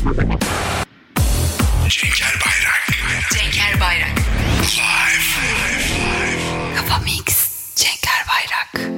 Cenker Bayrak. Cenker Bayrak. Live. Kafa Mix. Cenker Bayrak.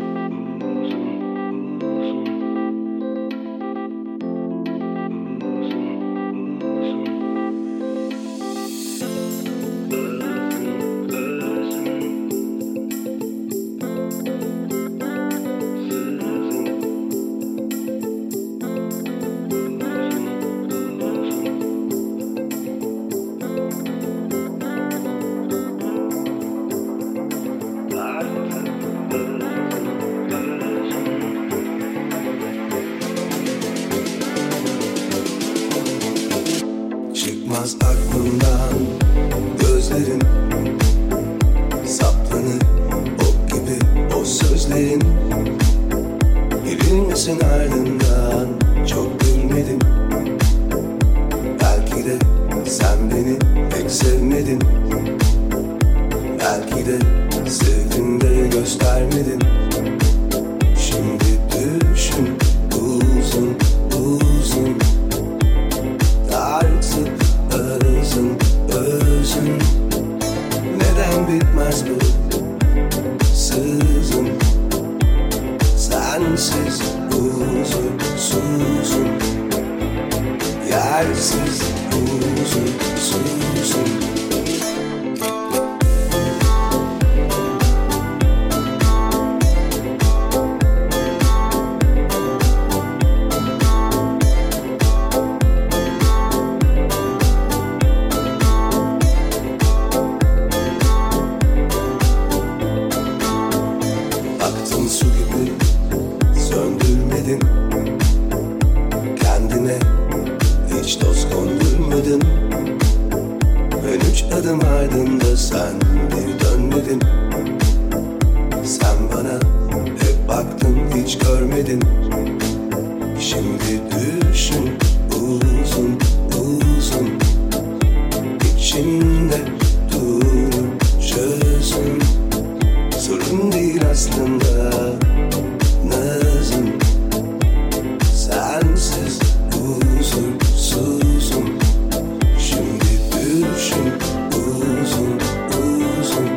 Çıkmaz aklımdan gözlerin, saplanır ok gibi o sözlerin. Bilir misin ardından çok bilmedim. Belki de sen beni pek sevmedin. Belki de sevdin de göstermedin. Şimdi düşün uzun uzun, artık özün özün. Neden bitmez bu sızım? Sensiz huzursuzum, yersiz huzursuzum. Aktın su gibi söndürmedin, kendine hiç toz kondurmadın. Ben 3 adım ardında sen bir dönmedin. Sen bana hep baktın hiç görmedin. Şimdi düşün uzun uzun, içinde durun çözün. Sorun değil aslında nazım, sensiz huzursuzum. Şimdi düşün uzun uzun,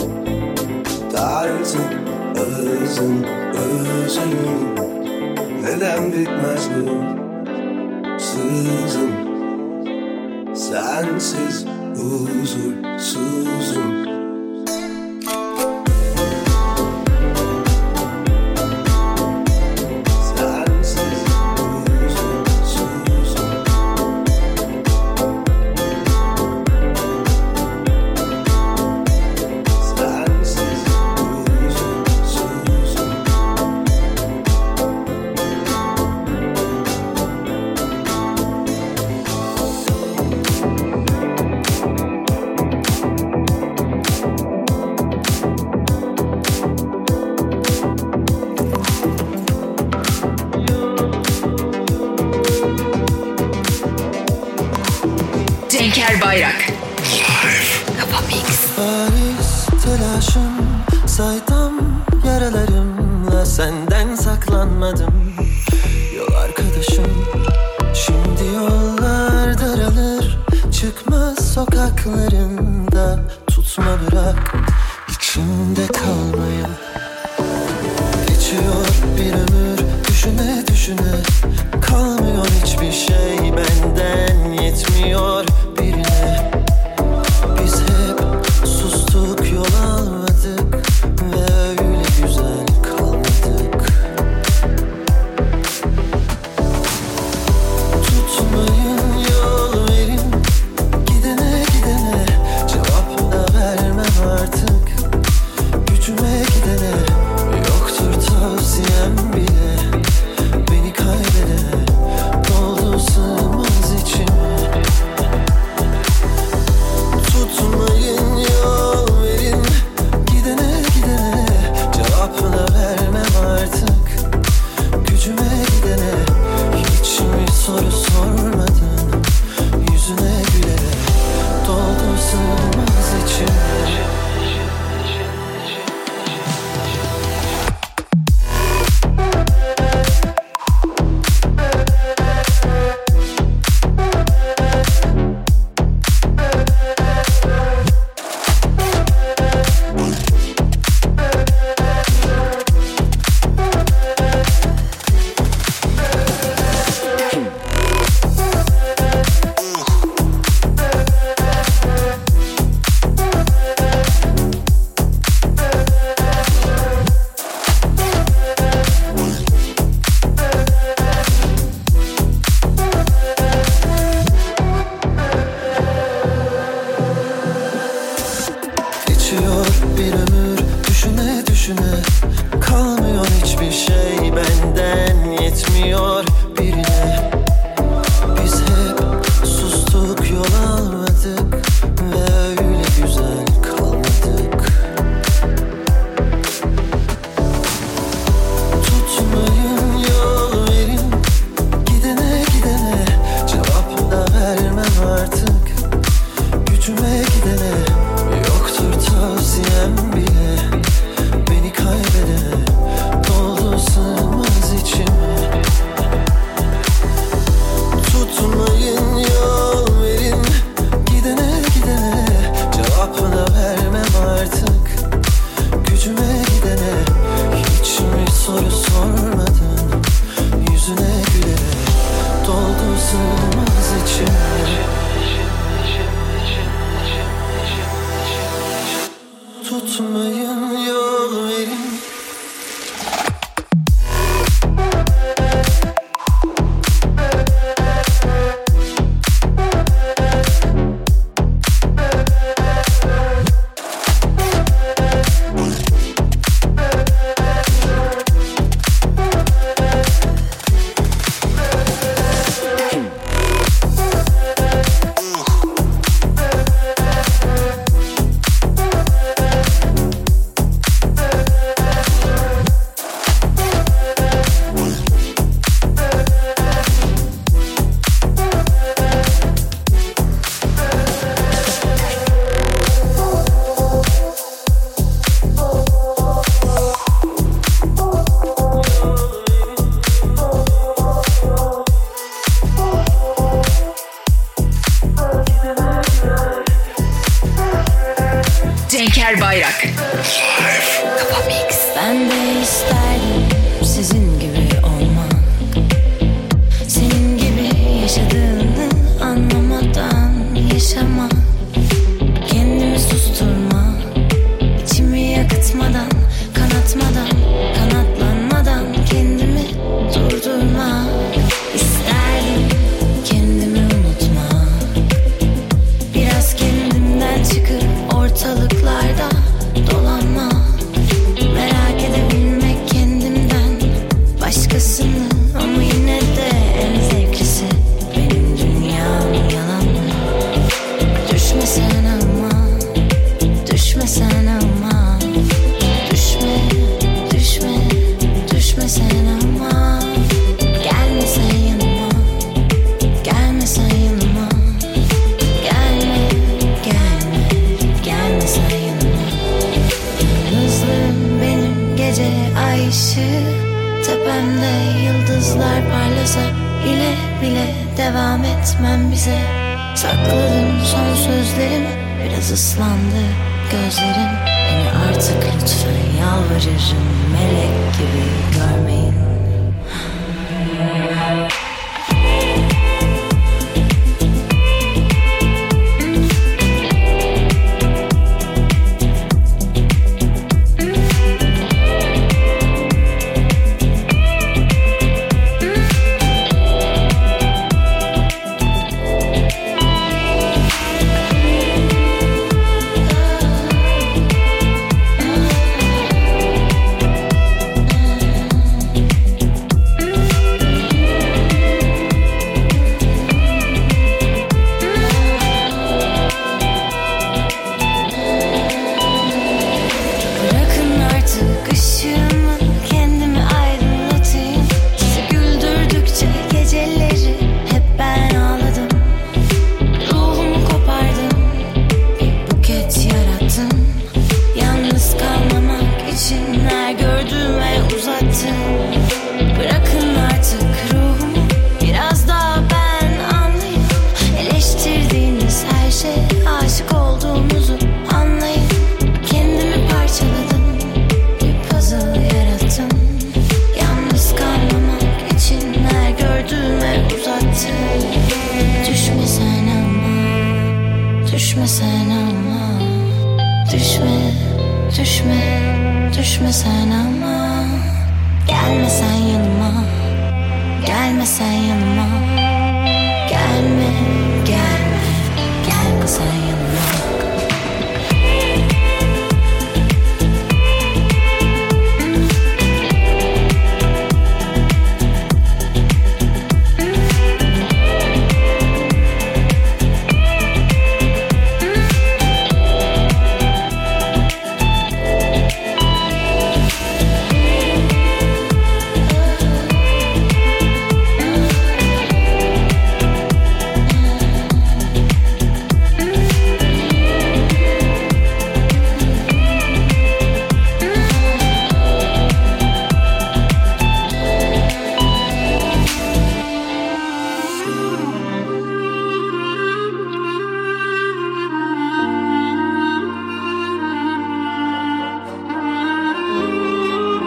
artık özün özün. Neden bitmez bu sızım? Sensiz huzursuzum. Cenker Bayrak. Live. Kafa Mix. Paris telaşım, saydam yaralarımla senden saklanmadım. Yol arkadaşım, şimdi yollar daralır. Çıkmaz sokaklarında, tutma bırak içimde kalmayı. Geçiyor bir ömür düşüne düşüne, kalmıyor hiçbir şey benden yetmiyor birine. Biz hep sustuk, yol almadık ve öyle güzel kalmadık. Tutmayın, yol verin, gidene gidene cevap da vermem artık. sığmaz içime. Tutmayın, yol verin. Cenker Bayrak. Kafa Mix. Ben de isterdim sizin gibi olmak. Senin gibi yaşadığını anlamadan yaşamak. Kendimi susturma, içimi yakıtmadan, kanatmadan, kanatlanmadan kendimi durdurma. İsterdim kendimi unutmak. Biraz kendimden çıkıp ortalıklarda dolanmak. Merak edebilmek kendimden başkasını, ama yine de en zevklisi benim dünyam yalan mı? Düşme sen ama, düşme sen ama, düşme, düşme, düşme sen ama. Gelme sen yanıma, gelme sen yanıma, gelme, gelme, gelme sen yanıma. Yalnızlığım benim gece ay ışığı, tepemde yıldızlar parlasa bile bile devam etmem bize. Sakladım son sözlerimi, biraz ıslandı gözlerim. Beni artık lütfen yalvarırım, melek gibi görmeyin. Bırakın artık ışığımı, kendimi aydınlatayım. Sizi güldürdükçe geceleri hep ben ağladım. Ruhumu kopardım, bir buket yarattım. Yalnız kalmamak için her gördüğüme uzattım. Bırakın artık ruhumu, biraz daha ben anlayayım. Eleştirdiğiniz her şeye aşık olduğunuzu anlayın. Kendimi parçaladım, bir puzzle yarattım. Yalnız kalmamak için her gördüğüme uzattım. Düşme sen ama, düşme sen ama, düşme, düşme, düşme sen ama. Gelme sen yanıma, gelme sen yanıma, gelme, gelme, gelme sen yanıma.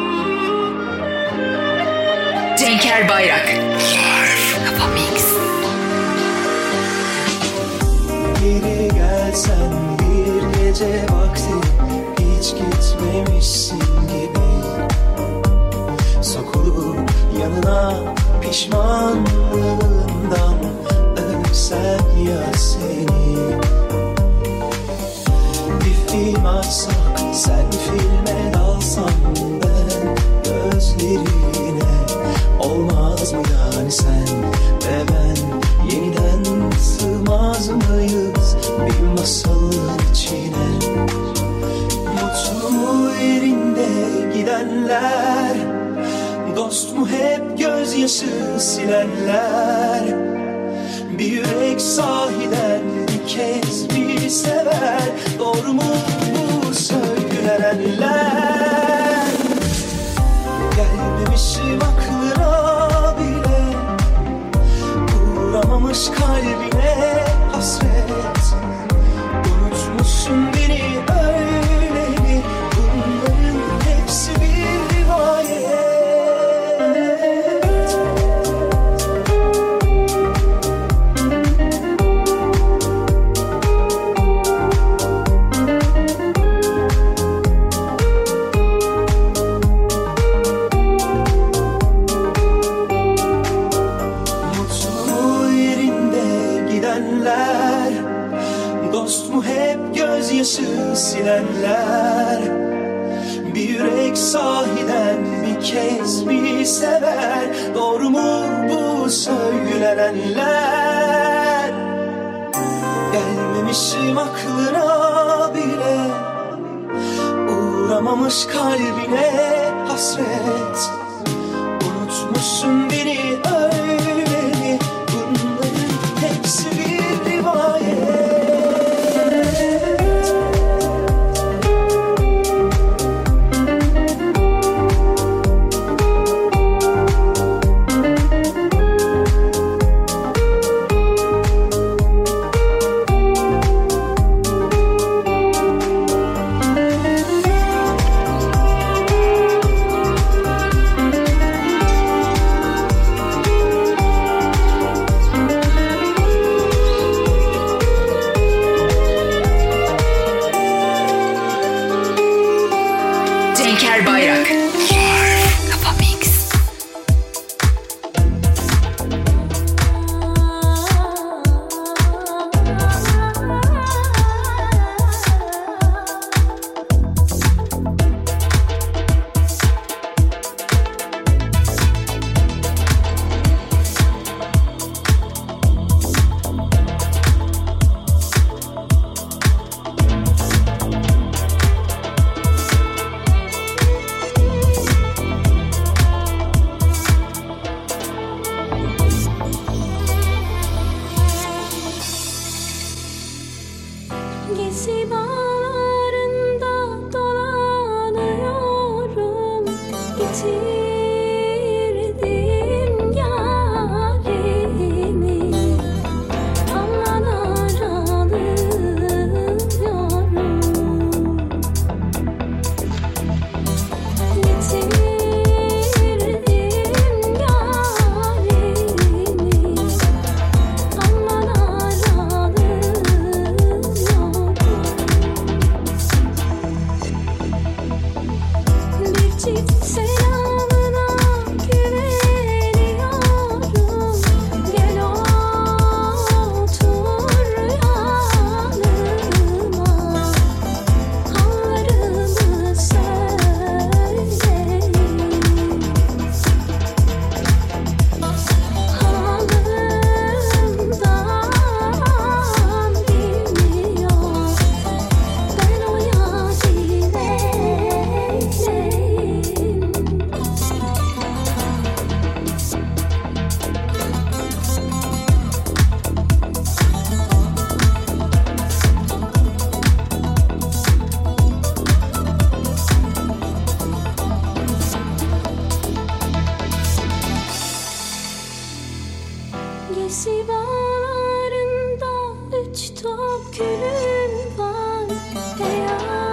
Cenker Bayrak. Kafa Mix. etsen bir gece vakti hiç gitmemişsin gibi. Sokulup yanına pişmanlığından ölsem ya seni. Bir film açsak sen filme dalsan ben gözlerine, olmaz mı yani sen ve ben yeniden sığmaz mıyız bir masalın içine? Mutlu yerinde gidenler, dost mu hep gözyaşı silenler? Bir yürek sahiden bir kez bir sever, doğru mu bu söylenenler? Gelmemişim aklına bile, uğramamış kalbine hasret. Unutmuşsun beni öyle mi? Bunların hepsi bir rivayet. Dost mu hep gözyaşı silenler? Bir yürek sahiden bir kez bir sever, doğru mu bu söylenenler? Gelmemişim aklına bile, uğramamış kalbine hasret. Unutmuşsun beni öyle mi? Bunların hepsi bir rivayet. Cenker Bayrak. Kafa Mix. Gezi bağlarında dolanıyorum, yitirdim yarimi, aman aralıyorum. Yitirdim yarimi, aman aralıyorum. Bir çift selamına güveniyorum. Gel otur yanıma, hallarımı söyleyeyim. Halımdan bilmiyor, ben o Gezi bağlarında 3 top gülüm var. Ey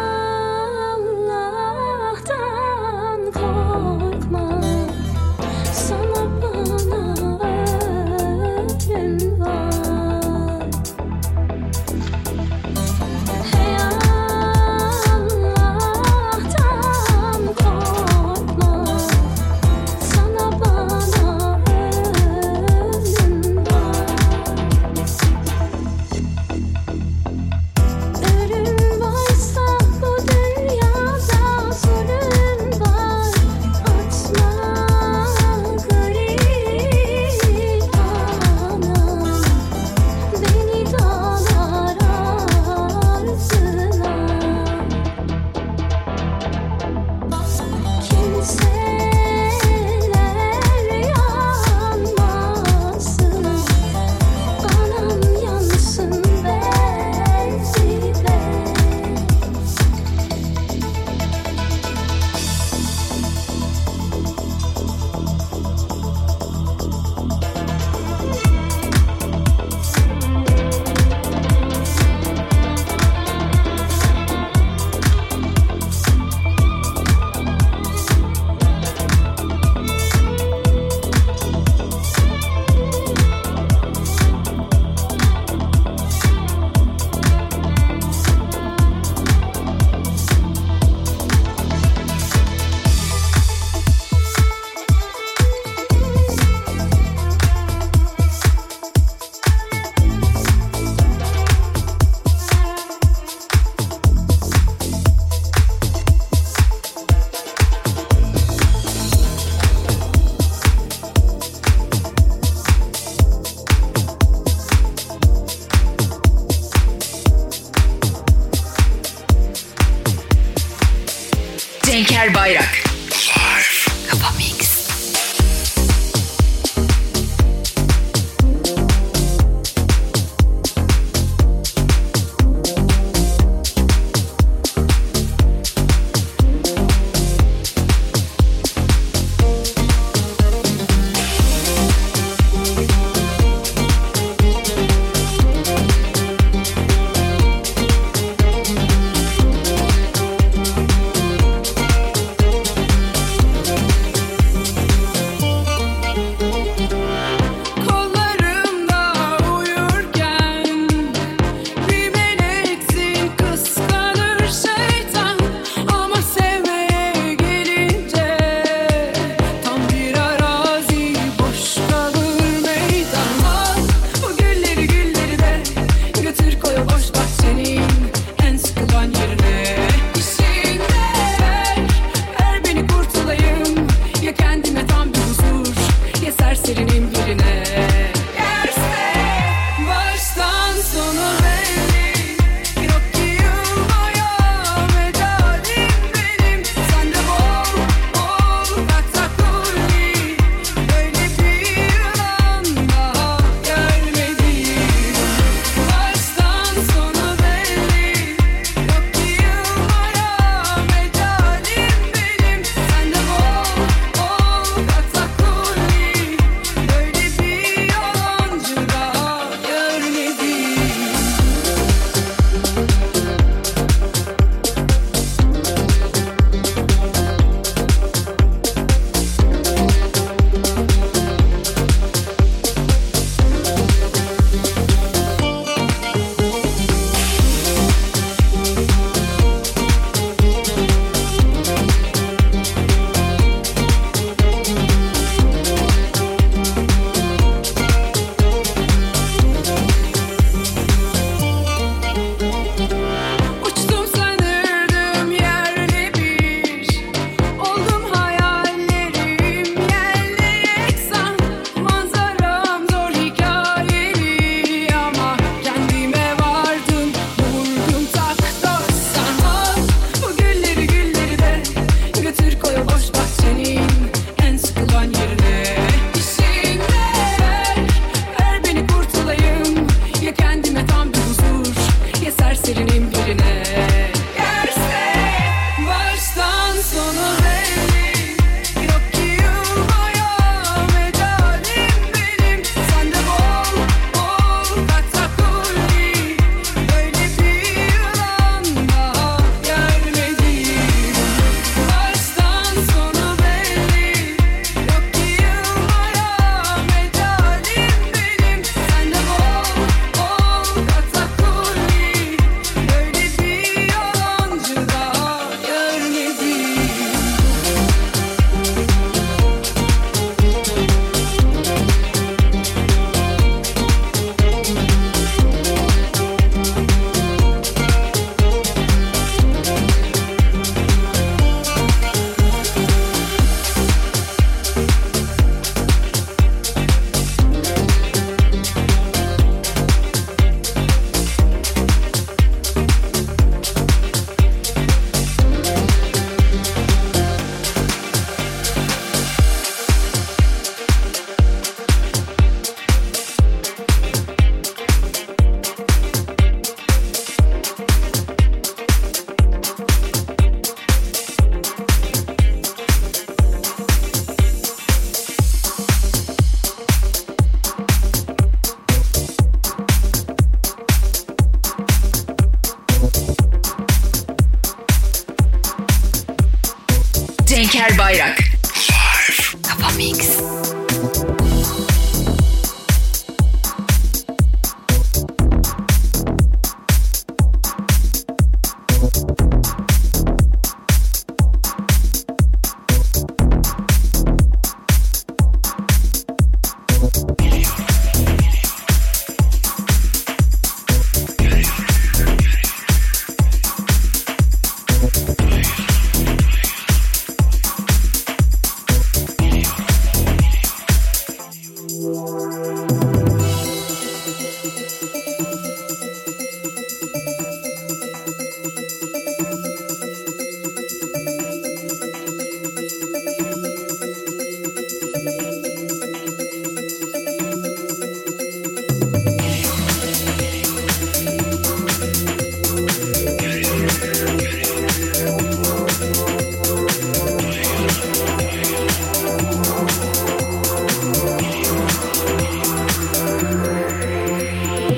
Allah'tan korkma, sana bana ölüm var. Cenker Bayrak. Live. Kafa Mix. Cenker Bayrak. Live. Kafa Mix.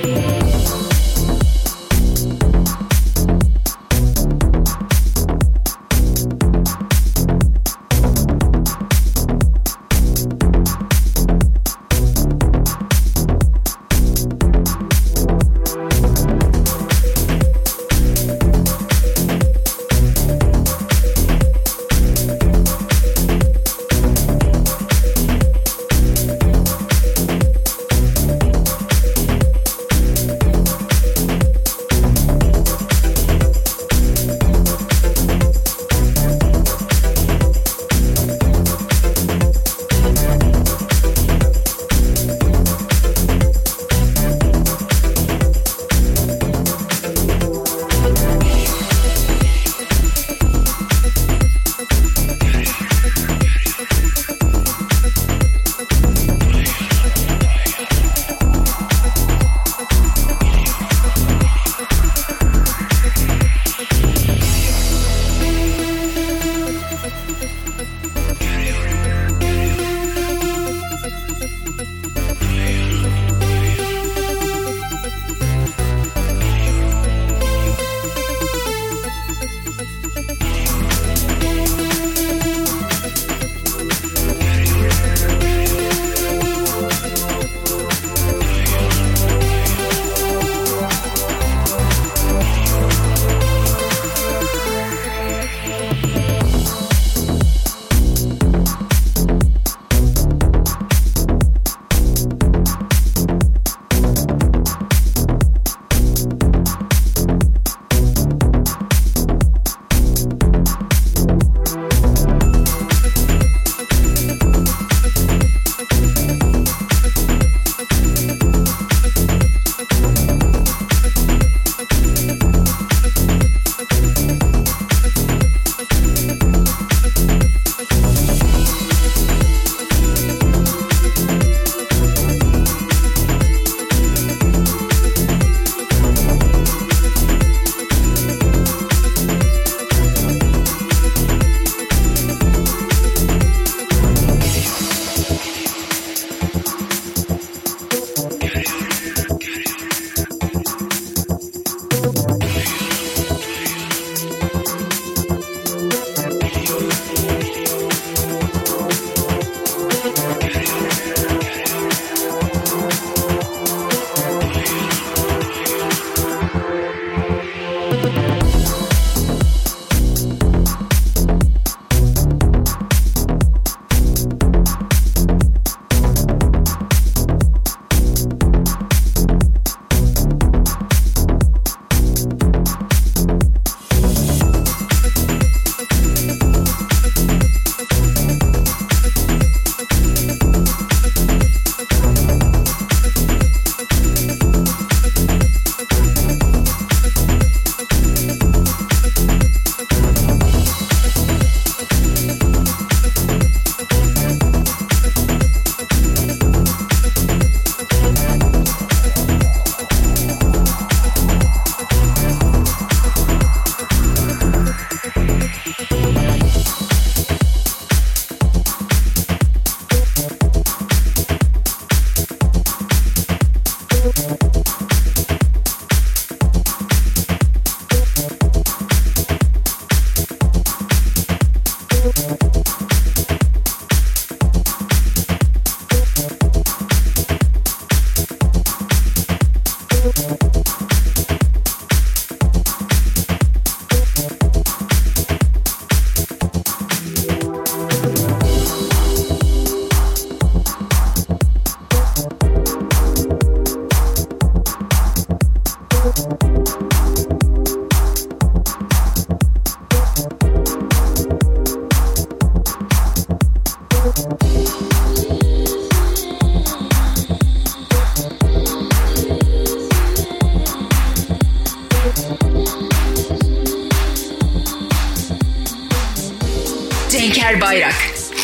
Cenker Bayrak.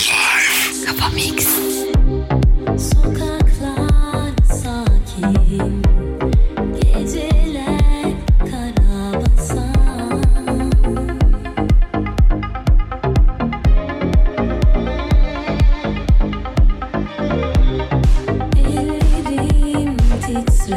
Kafa Mix. Sokaklar sakin, geceler karabasan. Ellerim titrer.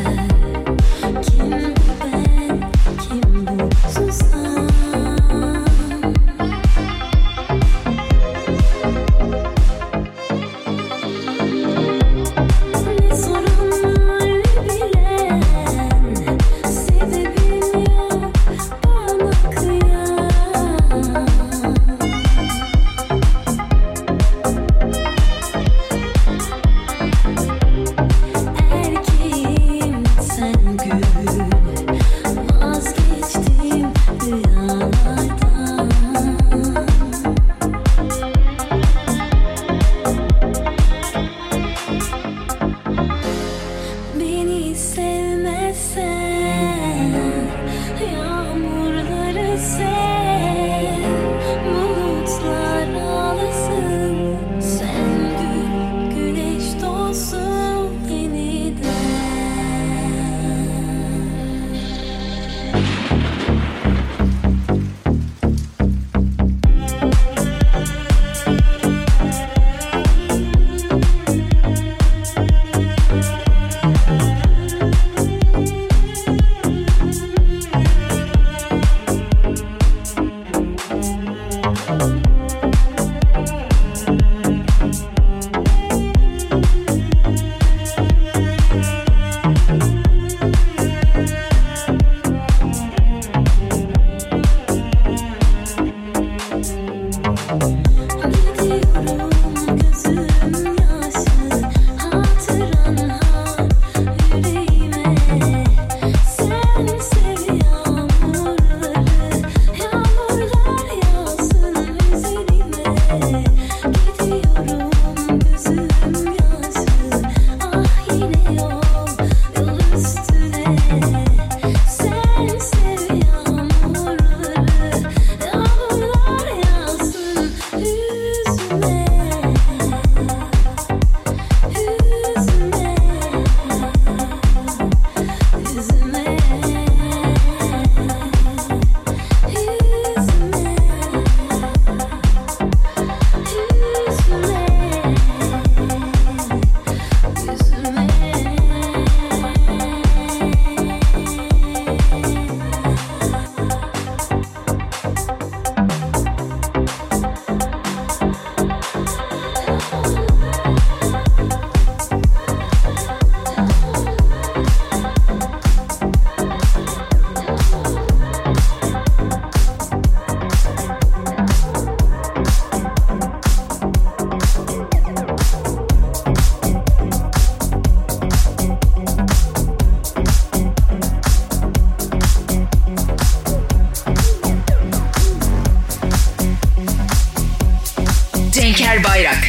Cenker Bayrak.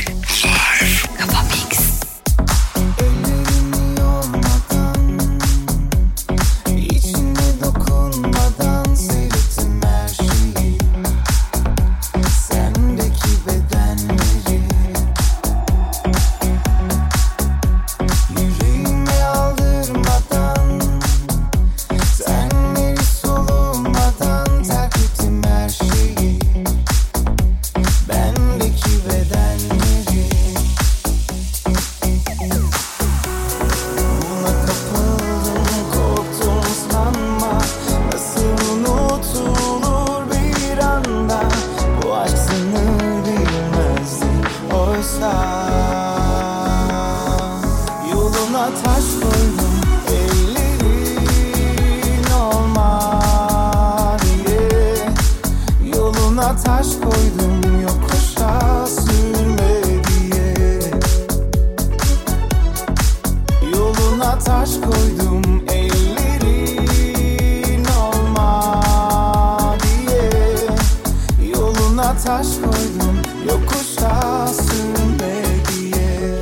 Kafa Mix. Taş koydum yokuşa sürme diye. Yoluna taş koydum ellerin olma diye. Yoluna taş koydum yokuşa sürme diye.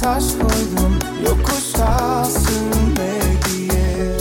taş koydum yokuşta sürme diye.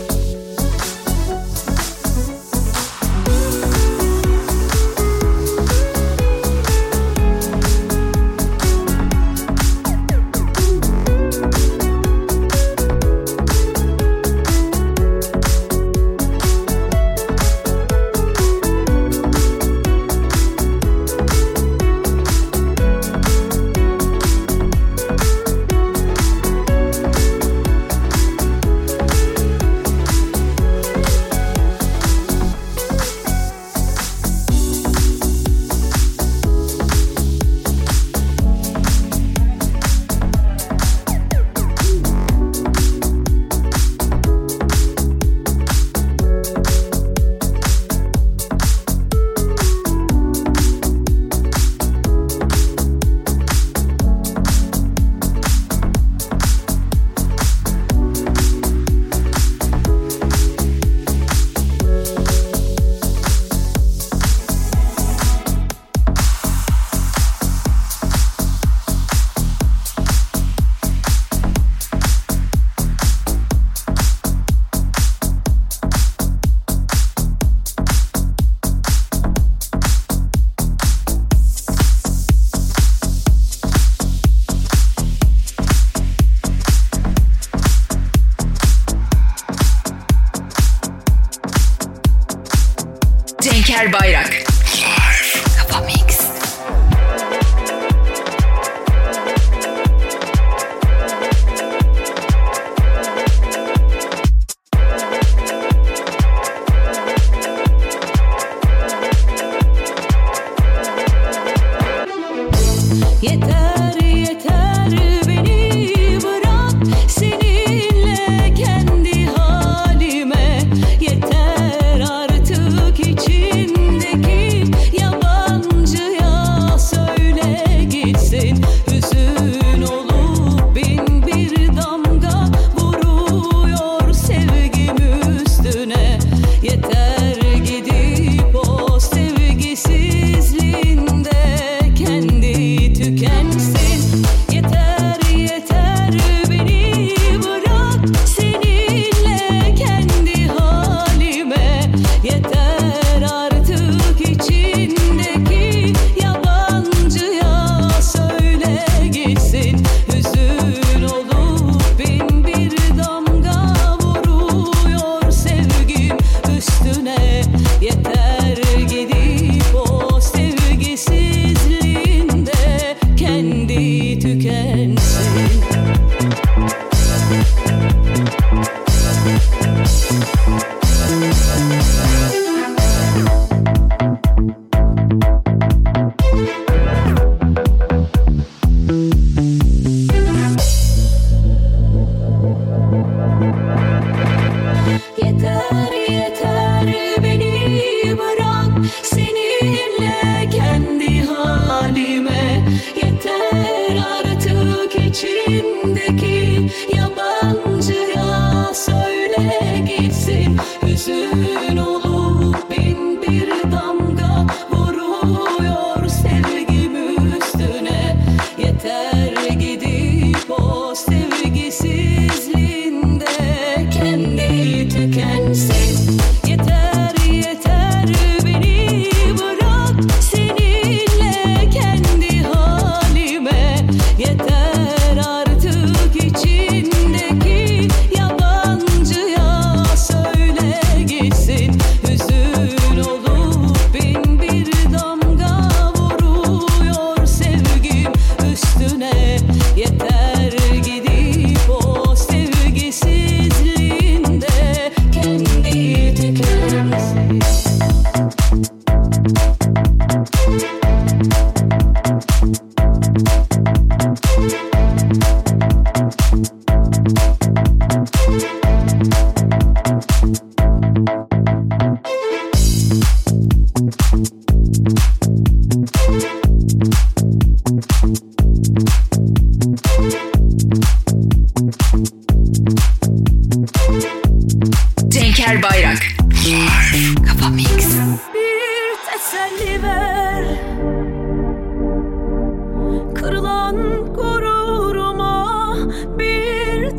Cenker Bayrak. Kafa Mix. Yeter yeter beni bırak seninle kendi halime. Yeter artık içimdeki yabancıya söyle gitsin. Hüzün olup bin bir damga vuruyor sevgim üstüne. Yeter gidip o sevgisizliğinde kendi tükensin.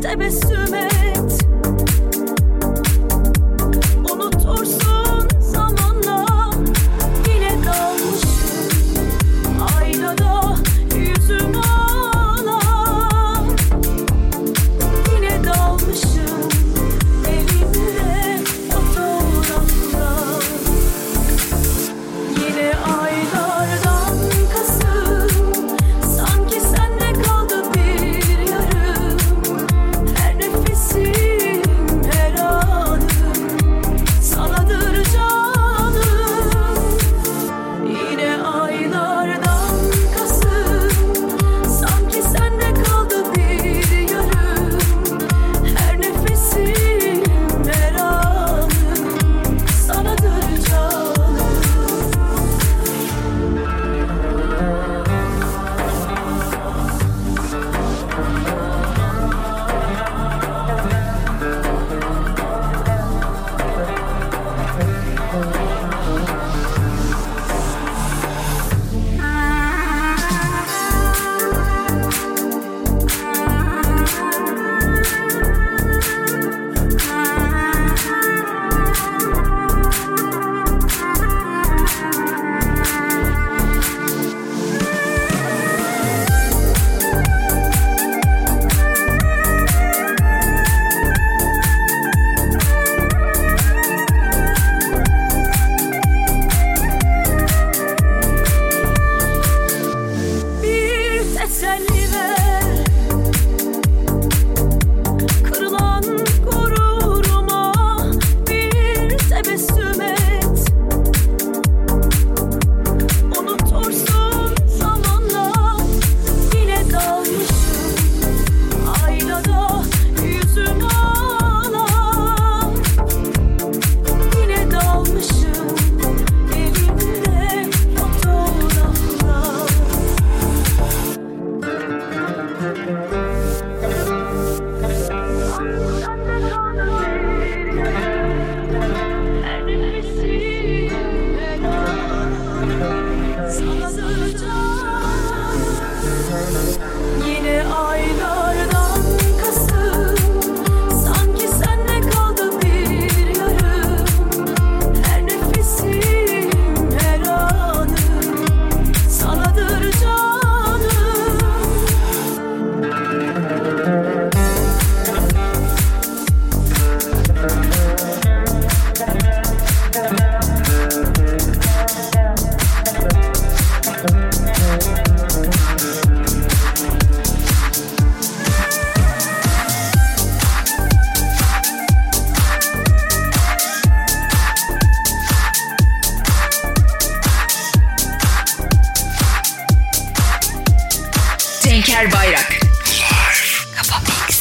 tebessüm et. Unutursun zamanla, yine dalmışım aynada yüzüm ağlar. Yine dalmışım elimde fotoğraflar. Yine aylardan Kasım, sanki sende kaldı bir yarım. Her nefesim, her anım sanadır canım. Yine aylardan Kasım, sanki sende kaldı bir yarım. Her nefesim, her anım sanadır canım. Bir teselli ver, kırılan gururuma bir tebessüm et. Unutursun zamanla, yine dalmışım aynada yüzüm ağlar. Yine dalmışım elimde fotoğraflar. Sende kaldı bir yarım. Her nefesim, her anım sanadır canım. Yine aylardan Kasım, sanki sende kaldı bir yarım. Her nefesim, her anım sanadır canım. Cenker Bayrak. Kafa Mix.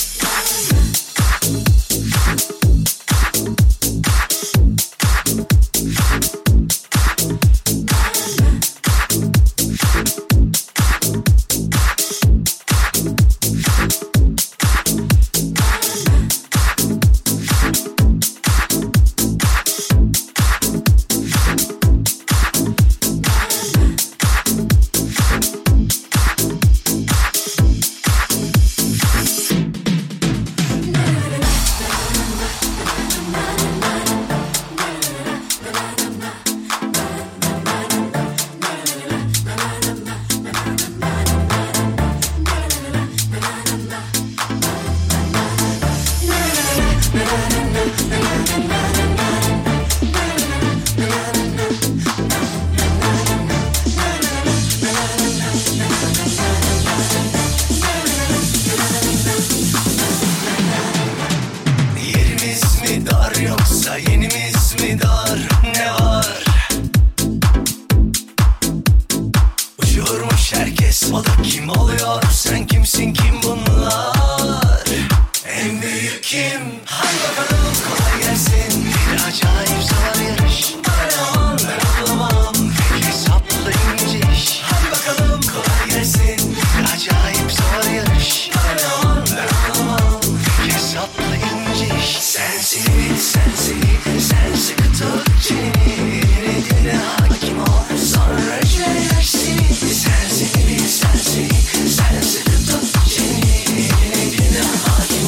Yerimiz mi dar yoksa yenimiz mi dar? Ne var? Uçuyormuş herkes, o da kim oluyor? Sen kimsin, kim bunlar? En büyük kim? Hadi bakalım, kolay gelsin. Bir acayip zor yarış. Aman ben anlamam, pek hesaplı ince iş. Hadi bakalım, kolay gelsin. Bir acayip zor yarış. Aman ben anlamam, pek hesaplı ince iş. Sensin, sensin, sen sıkı tut çeneni. Eline hakim ol, sonra çözersin. Sensin, sensin, sen sıkı tut çeneni. Eline hakim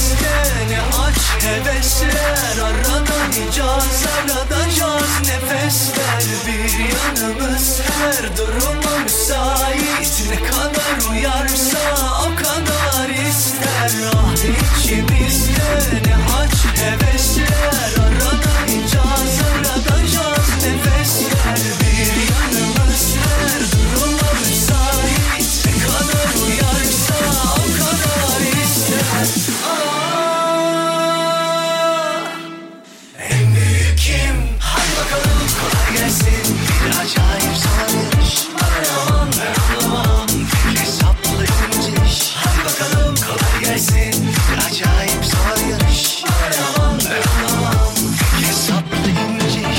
ne aç hevesler. Aradan icaz aradacağız nefesler. Bir yanımız her duruma müsait. Ne kadar uyarsa o kadar ister. Ah içimizde ne aç hevesler. Aradan icaz aradacağız nefesler. Bir yanımız her duruma müsait. Ne kadar uyarsa o kadar ister. En büyük kim? Hadi bakalım kolay gelsin. Bir acayip zor iş. Aman ben anlamam. Pek hesaplı ince iş. Hadi bakalım kolay gelsin. Bir acayip zor yarış. Aman ben anlamam. Pek hesaplı ince iş.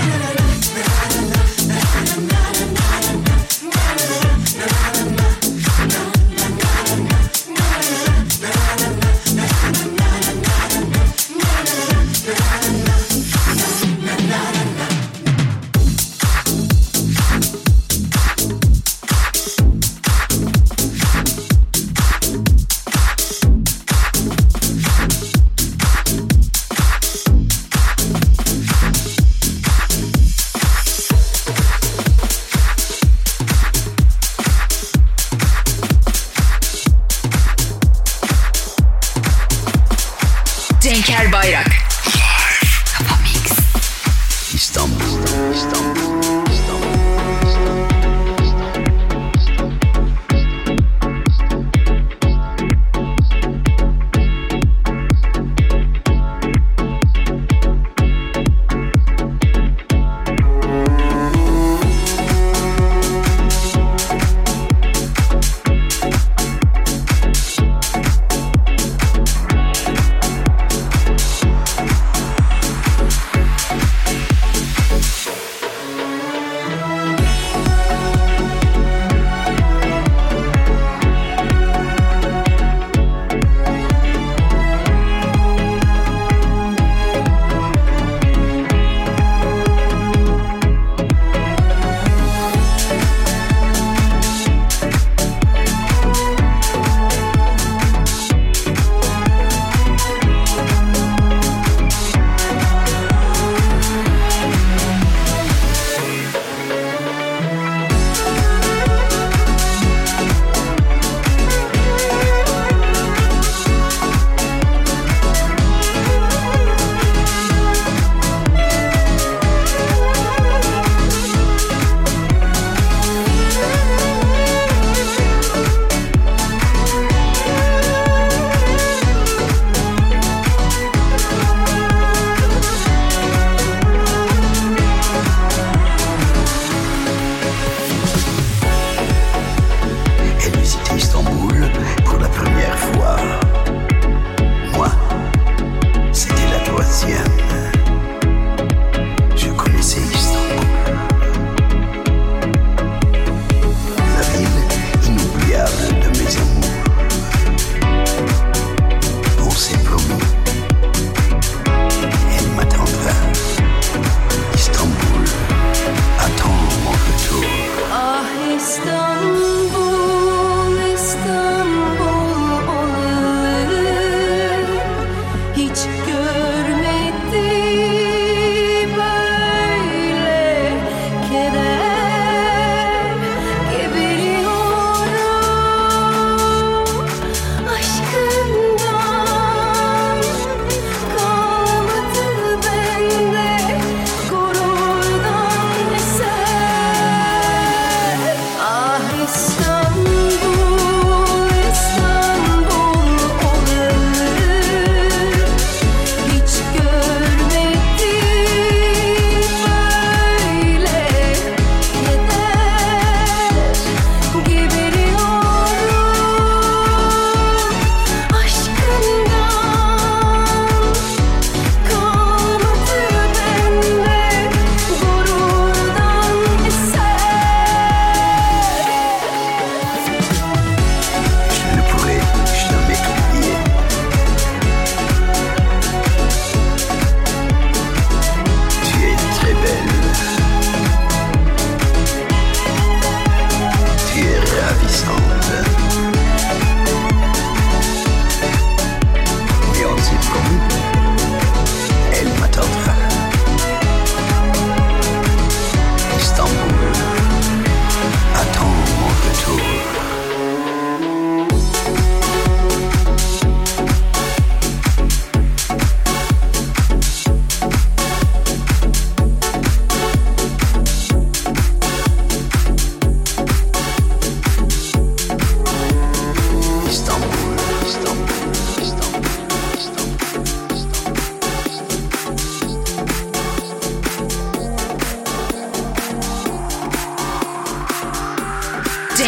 Cenker Bayrak. Kafa Mix. İstanbul, İstanbul, İstanbul.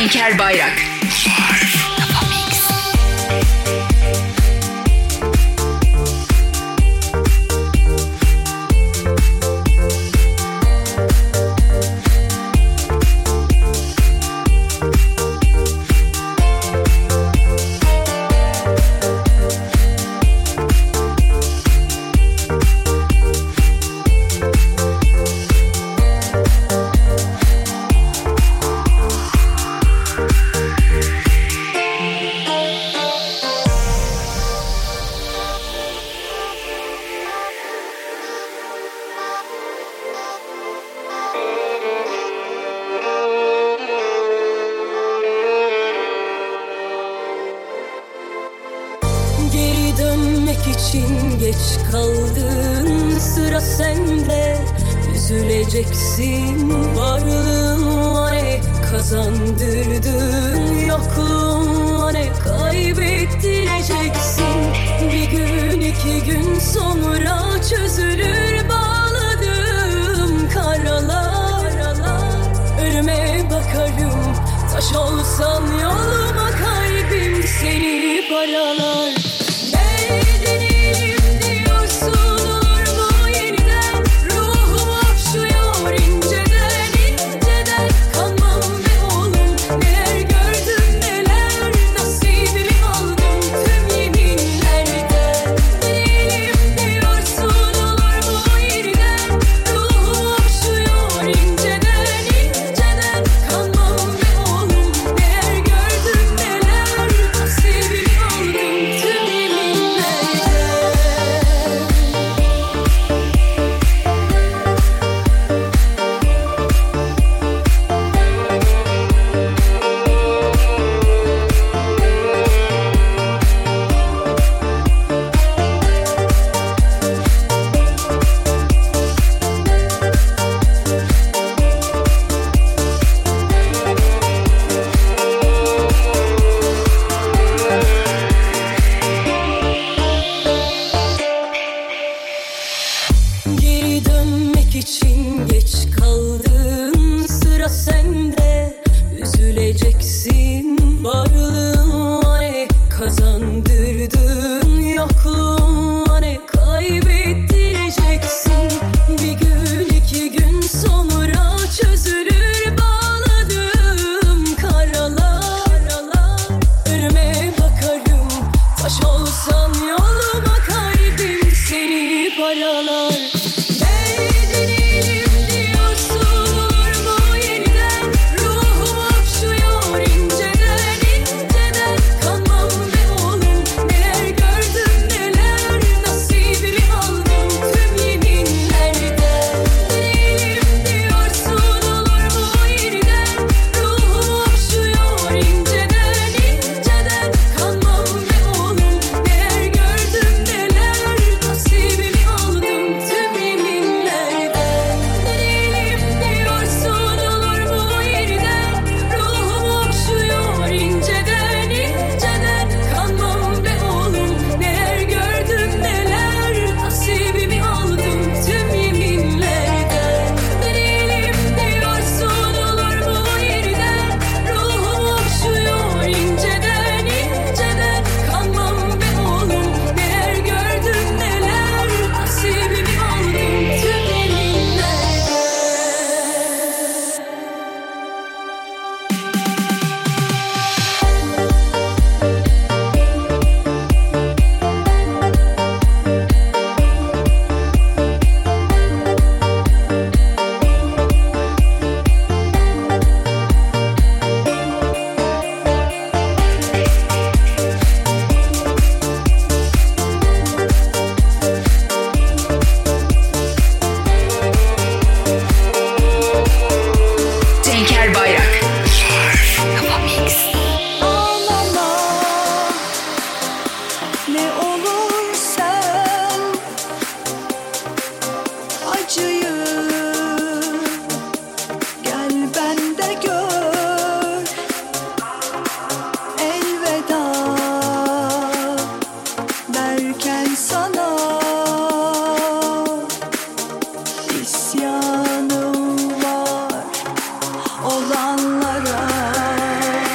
Cenker Bayrak. Kafa Mix. Geri dönmek için geç kaldın, sıra sende. Üzüleceksin, varlığın ne kazandırdın, yokluğun ne kaybettireceksin. Bir gün iki gün sonra çözülür bağladığım karalar. Önüme bakarım, taş olsan yoluma kalbim seni paralar. İsyanım var olanlara.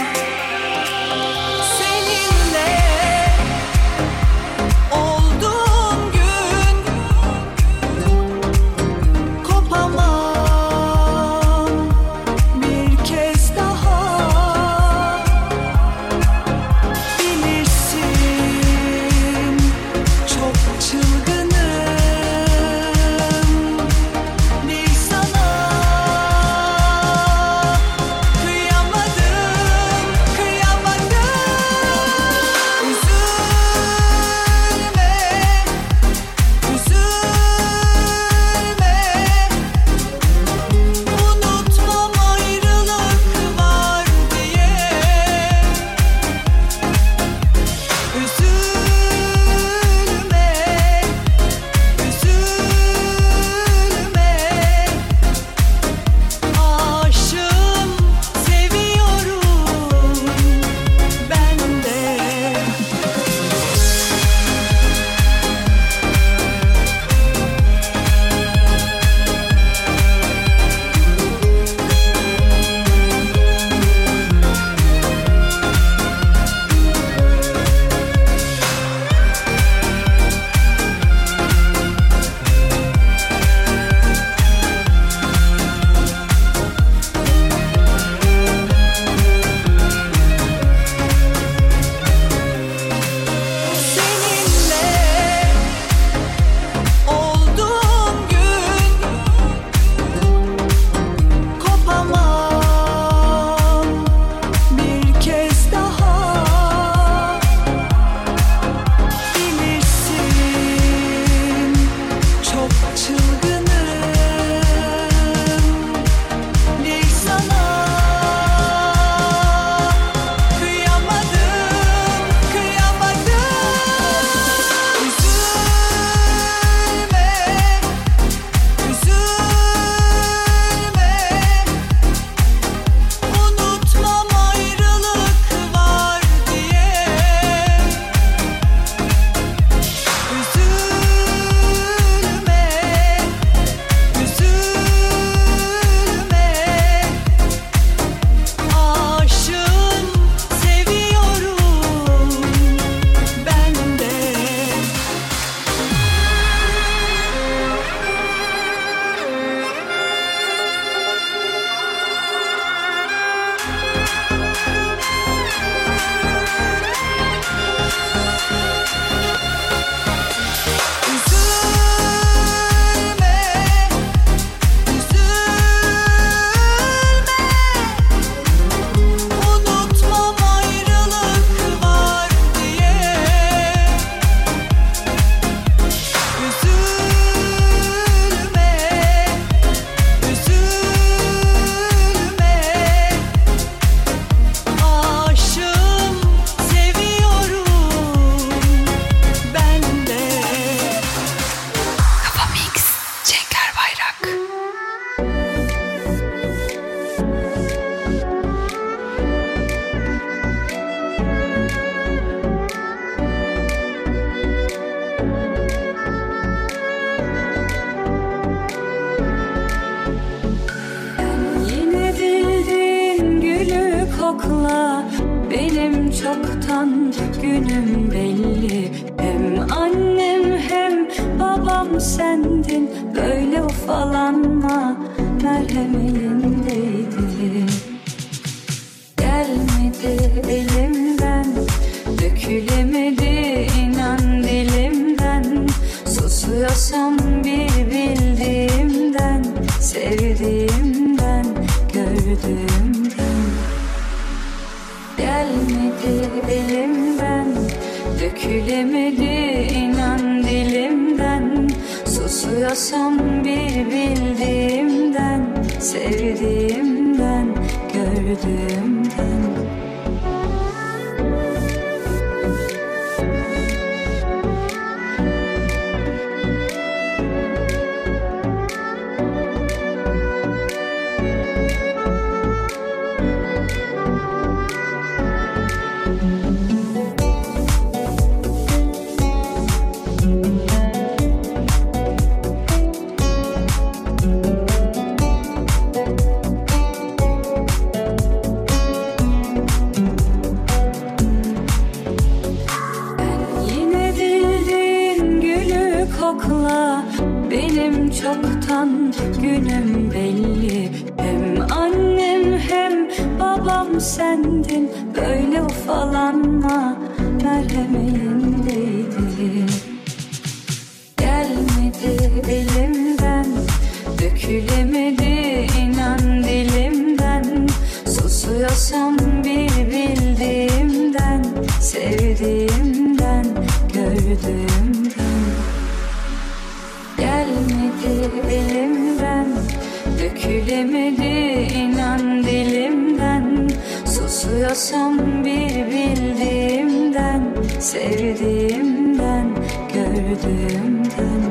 çoktan günüm belli. Hem annem hem babam sendin. Böyle ufalanma merhemindeydi. Gelmedi elimden, dökülemedi inan dilimden. Susuyorsam bir bildiğimden, sevdiğimden, gördüğümden. Gelmedi elimden, dökülemedi inan dilimden. Susuyorsam bir bildiğimden, sevdiğimden, gördüğümden. Benim çoktan günüm belli. Hem annem hem babam sendin. Böyle ufalanma merhemindeydi. Gelmedi elimden, dökülemedi inan dilimden. Susuyorsam bir bildiğimden, sevdiğimden, gördüğümden. Gelmedi elimden, dökülemedi inan dilimden. Susuyorsam bir bildiğimden, sevdiğimden, gördüğümden.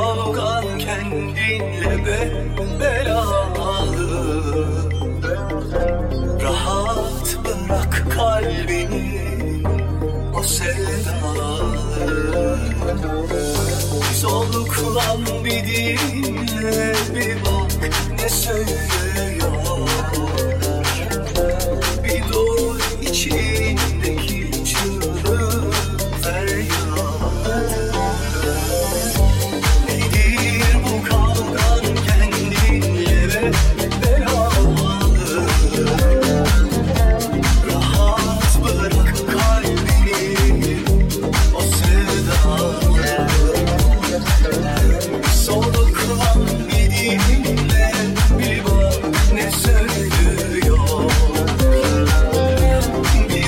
kavgan kendinle belalı. Rahat bırak kalbini o sevdalı. Soluklan bir dinle bir bak ne söylüyor. Bir dur içindeki çığlığı feryat. Nedir bu kavgan kendinle belalı. Rahat bırak kalbini o sevdalı. Soluklan bir dinle bir bak ne söylüyor. Bir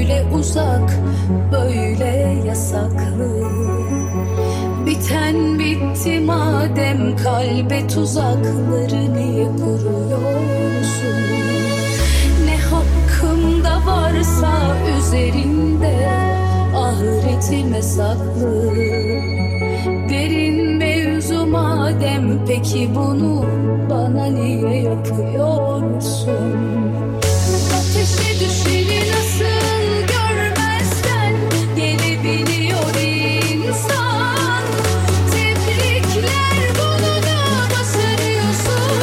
böyle uzak, böyle yasaklı. Biten bitti madem, kalbe tuzakları niye kuruyorsun? Ne hakkımda varsa üzerinde ahiretime saklı. Derin mevzu madem, peki bunu bana niye yapıyorsun? Ateşe düşeni nasıl görmezden gelebiliyor insan? Tebrikler, bunu da başarıyorsun.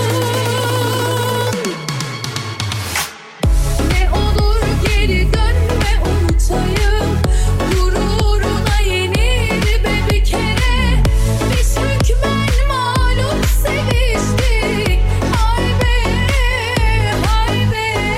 Ne olur geri dönme, unutayım. Gururuna yenil be bir kere. Biz hükmen mağlup seviştik. Hay be, hay be.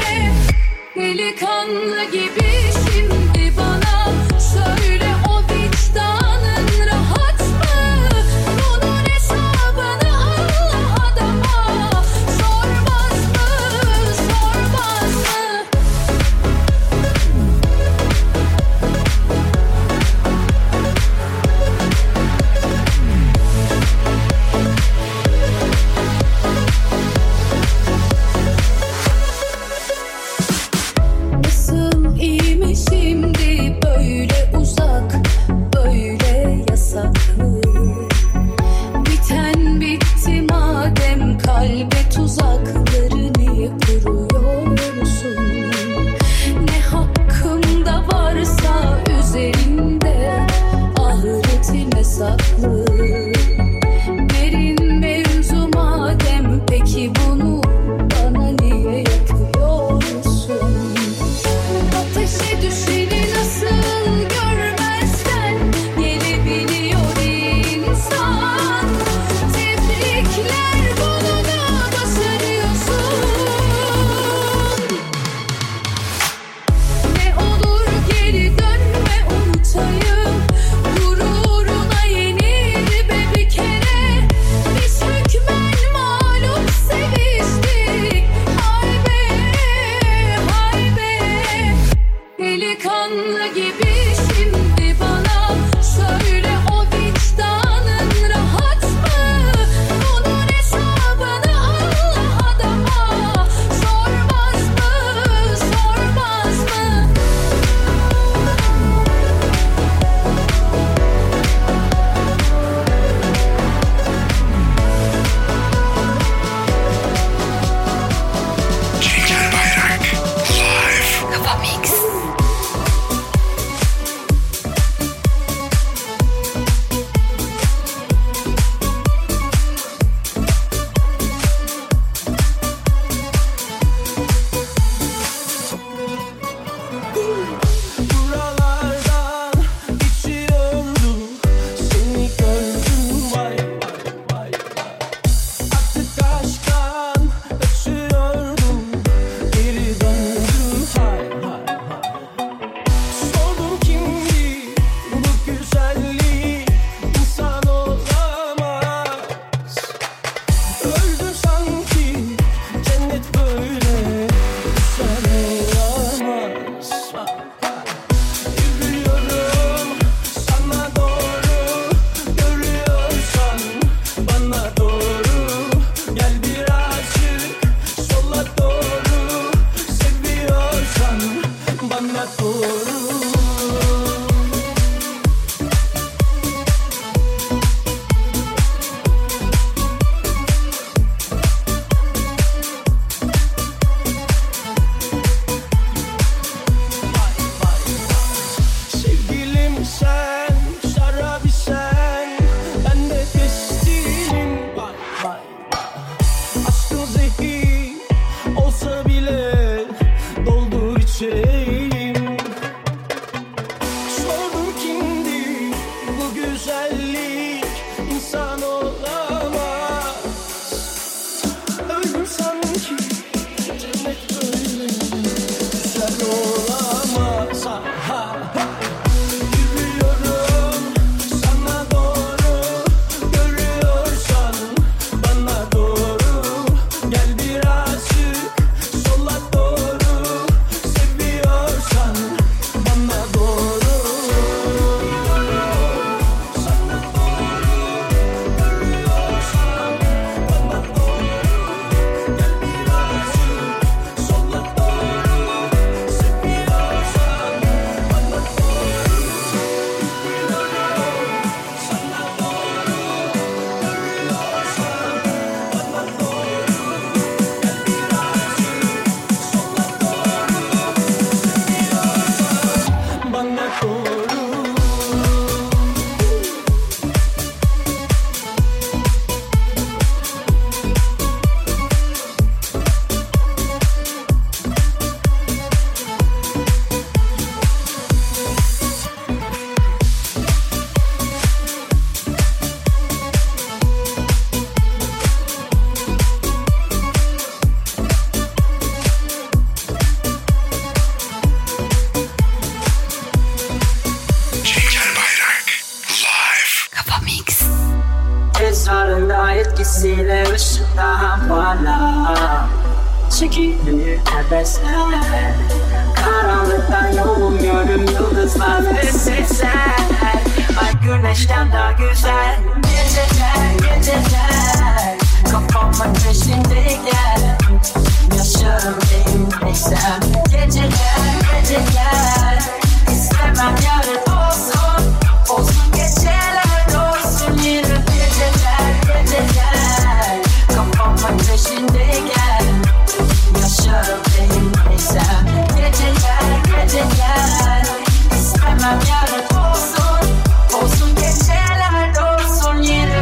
Çekiliyor tepesler, karanlıktan yolum görüm yıldızlar ve sesler. Ay güneşten daha güzel geceler, geceler. Kafamın peşindeyken yaşarım değilmeysem. Geceler, geceler. İstemem yarın olsun, olsun geceler olsun. Yine geceler, geceler. Kafamın peşindeyken yaşarım değilmeysem. Geceler, geceler. İstemem yarın olsun, olsun geceler olsun. Yine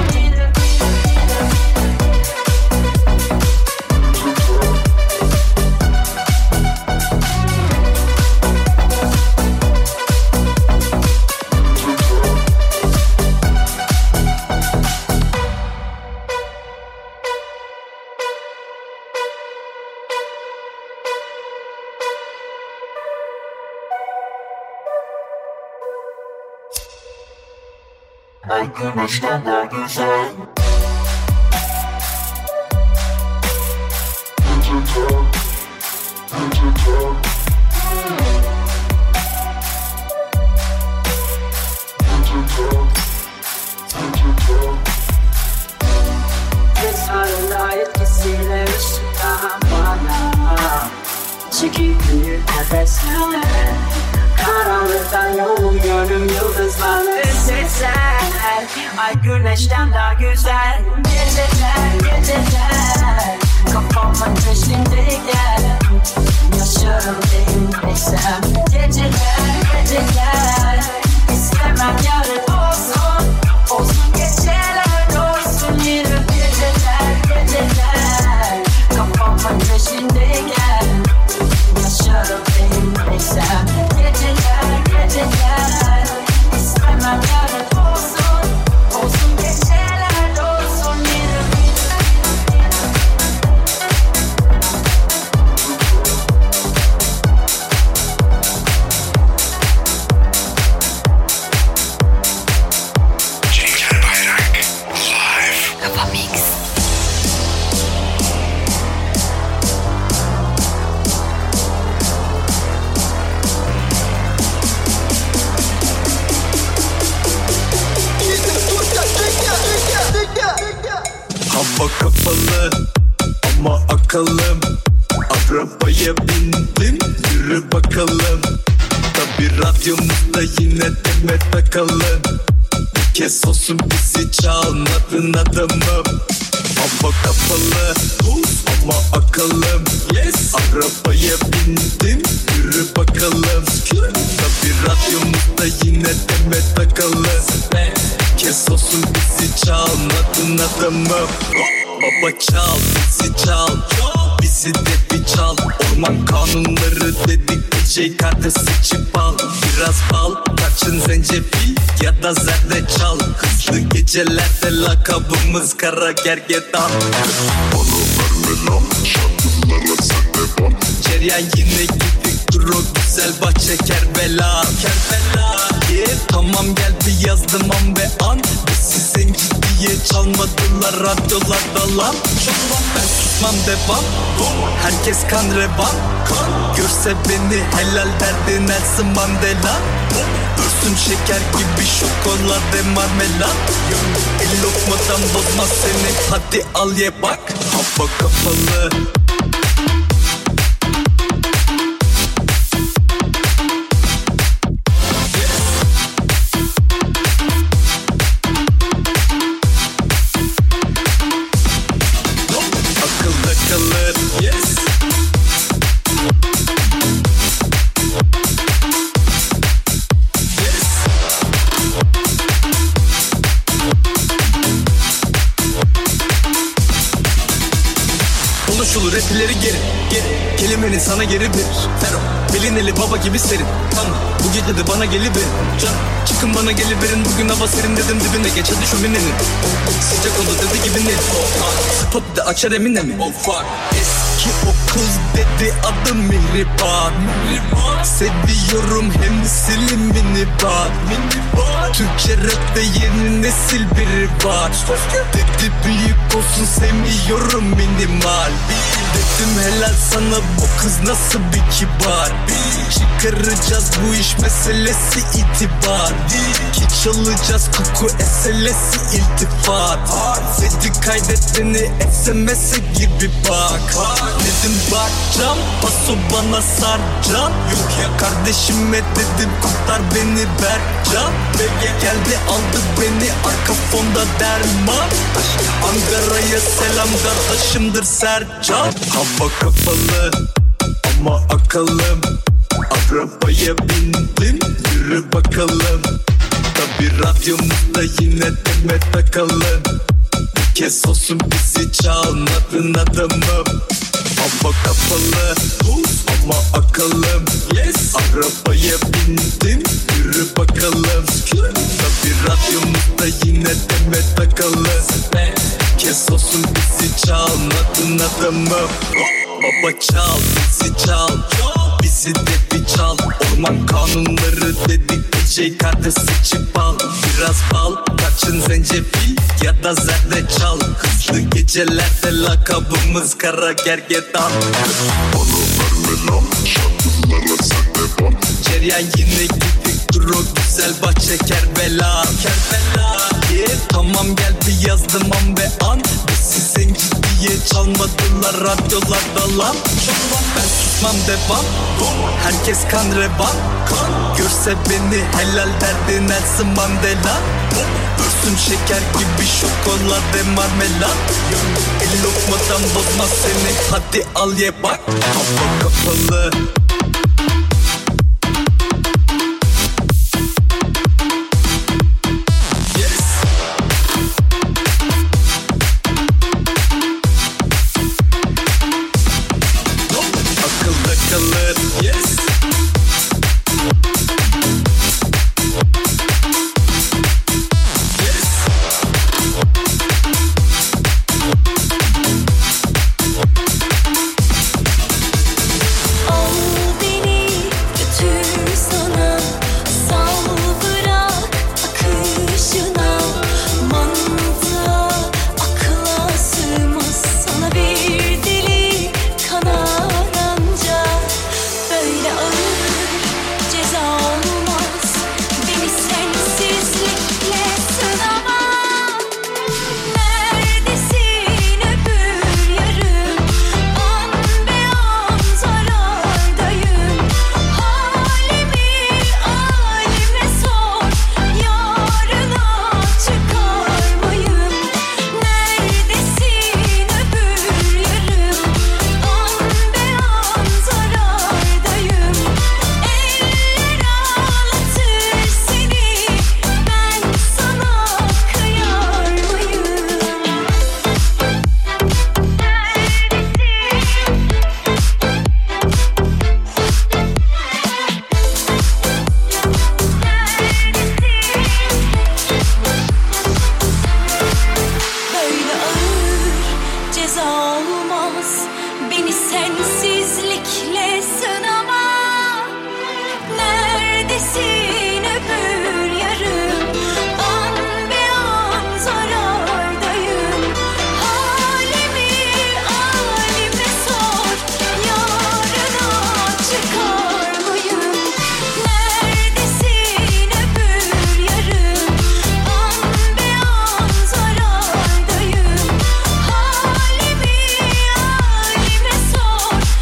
ay güneşten daha güzel. Esrarın etkisiyle ışıktan bana çekiliyor nefesler. Karanlıktan yolum görüm yıldızlar ve sesler. Ay güneşten daha güzel geceler, geceler. Kafamın peşindeyken yaşarım değilmeysem. Geceler, geceler. İstemem yarın olsun, olsun geceler olsun. Yine geceler, geceler. Kafamın peşindeyken yaşarım değilmeysem. Geceler, geceler. İstemem yarın olsun, olsun geceler olsun. Yine Cenker Bayrak Live Kafa Mix. Hava kapalı ama akıllım. Arabaya bindim, yürü bakalım. Tabi radyomuzda yine Demet takalım. Bir kez olsun bizi çalmadın adamım. Hava kapalı ama akıllım. Yes. Arabaya bindim, yürü bakalım. Tabi radyomuzda yine Demet takalım. Bir kez olsun bizi çalmadın adamım. Baba çal, bizi çal. Bizi de bir çal. Orman kanunları dedik bir şey kartı seçip al. Biraz bal, kaçın zencefil ya da zerdeçal. Hızlı gecelerde lakabımız kara gergedan. Bana verme lan, şarkılara sen de bak. Ceryan yine gittik dur o güzel bahçe Kerbela. Kerbela yeah. Tamam geldi yazdım an ve an. Bizi zenci diye çalmadılar radyolarda lan. Ben susmam devam. Herkes kan revan. Görse beni helal derdi Nelson Mandela. Üstüm şeker gibi şokolade marmelat. El lokmadan bozmaz seni hadi al ye bak. Hava kapalı. Kalır, yes. Yes. Konuşulur etleri geri, geri. Kelimeni sana geri verir. Fero, bilineli baba gibi serin. Tamam, bu gece de bana geliverin. Can, çıkın bana geliverin. Bugün hava serin dedim dibine geç hadi şöminenin. Sıcak oldu dedi gibi ne? Stop de açar emine mi? Oh fuck. Eski o kız dedi adım Mihriban. Seviyorum hem silimini bak. Türkçe rapte yeni nesil biri var. Dedi büyük olsun sevmiyorum minimal. Bildi Dedim helal sana, bu kız nasıl bir kibar. Çıkaracağız bu iş meselesi itibar. Ki çalacağız koku eselesi iltifat. Dedi kaydet beni SMS'e gibi bak. Dedim bakacağım paso bana sarcan. Yok ya kardeşime dedim kurtar beni Berkcan. Geldi aldı beni arka fonda derman. Ankara'ya selam kardeşimdir Sercan. Hava kapalı ama akıllım. Arabaya bindim yürü bakalım. Tabi radyomuzda yine Demet Akalın. Bir kez olsun bizi çalmadın adamım. Hava kapalı ama akıllım. Yes. Arabaya bindim yürü bakalım. Tabi radyomuzda yine Demet Akalın. Bir kez olsun bizi çalmadın adamım. Baba çal bizi çal, bizi de bir çal. Orman kanunları dedik DJ kartı seçip al. Biraz bal, kaçın zencefil ya da zerdeçal. Hızlı gecelerde lakabımız kara gergedan. Bana verme lan, şarkılara sen de bak. Ceryan yine gittik dur o güzel bahçe Kerbela. Kerbela yeah. Tamam gel bir yazdım an ve an. Biz sen ciddiye çalmadılar radyolarda lan. Ben susmam devam. Herkes kan revan. Görse beni helal derdi Nelson Mandela. Görsün şeker gibi şokolade marmelat. El lokmadan bozmaz seni hadi al ye bak. Hava kapalı. Kalır, yes. Yes. Al beni götür sana, sal bırak akışına. Mantığa akla sığmaz sana bir deli kanar. Böyle ağır ceza olmaz. Beni sensizlikle sınama. Neredesin öbür yarım? An be an zarardayım. Halimi alime sor. Yarına çıkar mıyım? Neredesin öbür yarım? An be an zarardayım. Eller ağlatır seni, ben sana kıyar mıyım? Böyle ağır ceza olmaz. Beni sensizlikle sınama. Neredesin öbür yarım? An be an zarardayım. Halimi alime sor. Yarına çıkar mıyım? Neredesin öbür yarım? An be an zarardayım. Halimi alime sor.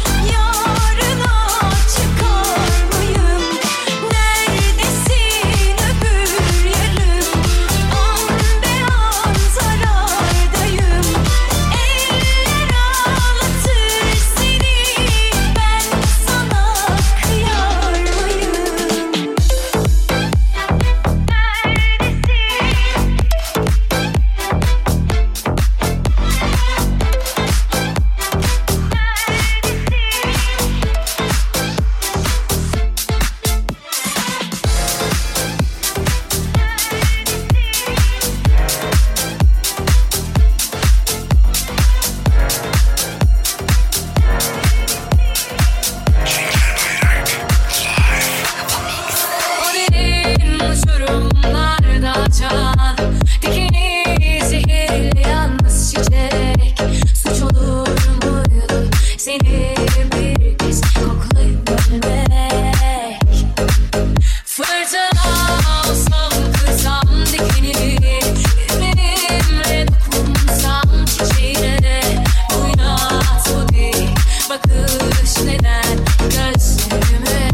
seni bir kez koklayabilmek. Fırtına olsam kırsam dikenini, yüreğimle dokunsam çiçeğine. Bu inat bu değil, bakış neden gözlerime.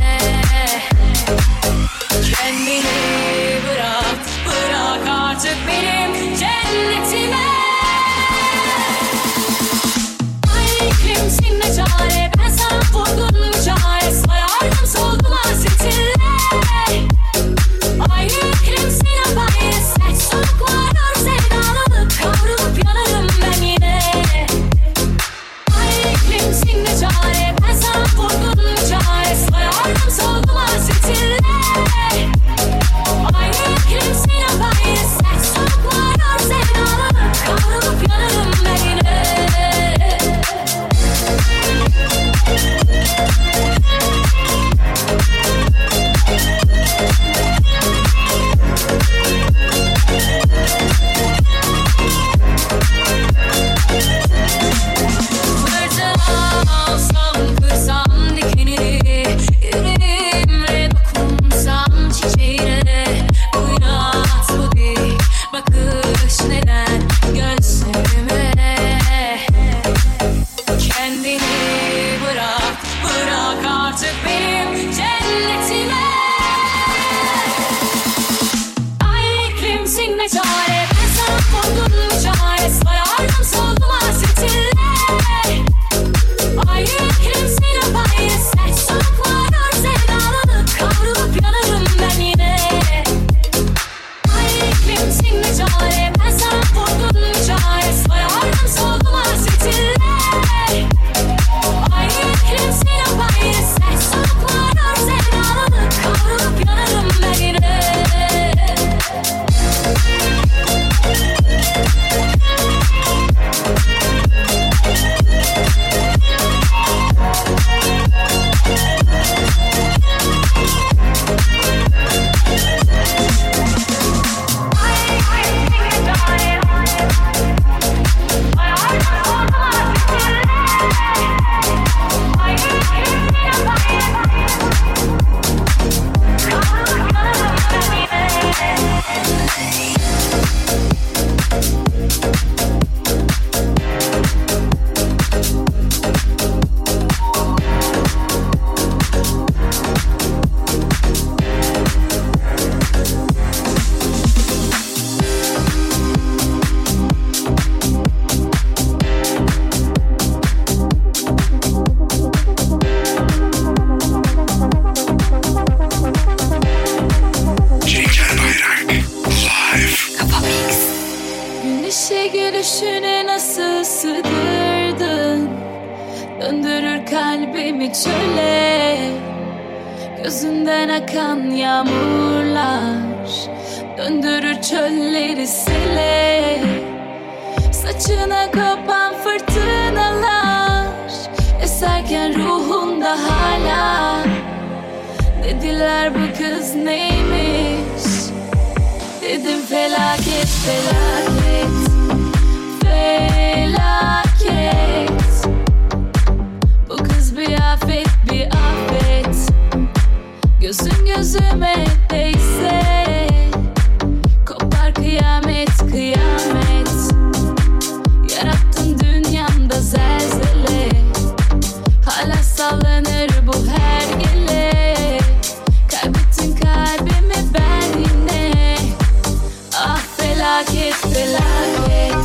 Kendini bırak, bırak artık benim cennetime. Ay iklimsin ne çare, ben sana vurdum çare. Sayardım soldum hasretinle. Ay iklimsin apayrı, sert soluklar sevdalanıp kavrulup yanarım ben yine. Ay iklimsin ne çare, ben sana vurdum çare. Sayardım soldum hasretinle. Ay iklimsin apayrı, sert soluklar sevdalanıp kavrulup yanarım ben yine. Fırtına olsam kırsam dikenini, yüreğimle dokunsam çiçeğine. Bu inat bu değil, bakış neden gözlerime. Kendini bırak, bırak artık benim cennetime. Ay iklimsin ne çare, ben sana vurdum çare. Sayardım soldum hasretinle. Ay iklimsin apayrı, sert soluklar sevdalanıp kavrulup yanarım ben yine. Ay iklimsin ne çare, ben sana vurdum çare. Sayardım soldum hasretinle. Ay iklimsin apayrı, sert soluklar sevdalanıp kavrulup yanarım ben yine. Cenker Bayrak Live. Güneşe gülüşüne nasıl sığdırdın, döndürür kalbimi çöle. Gözünden akan yağmurlar döndürür çölleri sele. Saçına kopan fırtınalar eserken ruhunda hala. Dediler bu kız neymiş, dedim felaket felaket felaket. Bu kız bir afet bir afet. Gözün gözüme değse kopar kıyamet kıyamet. Yarattın dünyamda zelzele, hala sallanır bu her gele. Kaybettin kalbimi ben yine. Ah felaket felaket.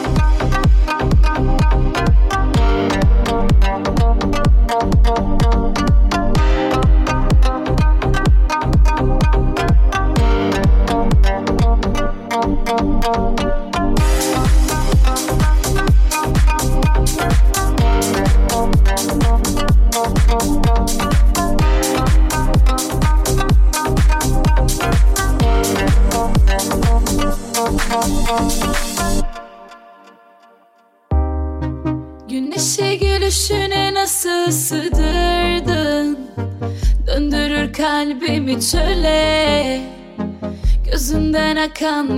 Güneşe gülüşüne nasıl sığdırdın, döndürür kalbimi çöle. Gözünden akan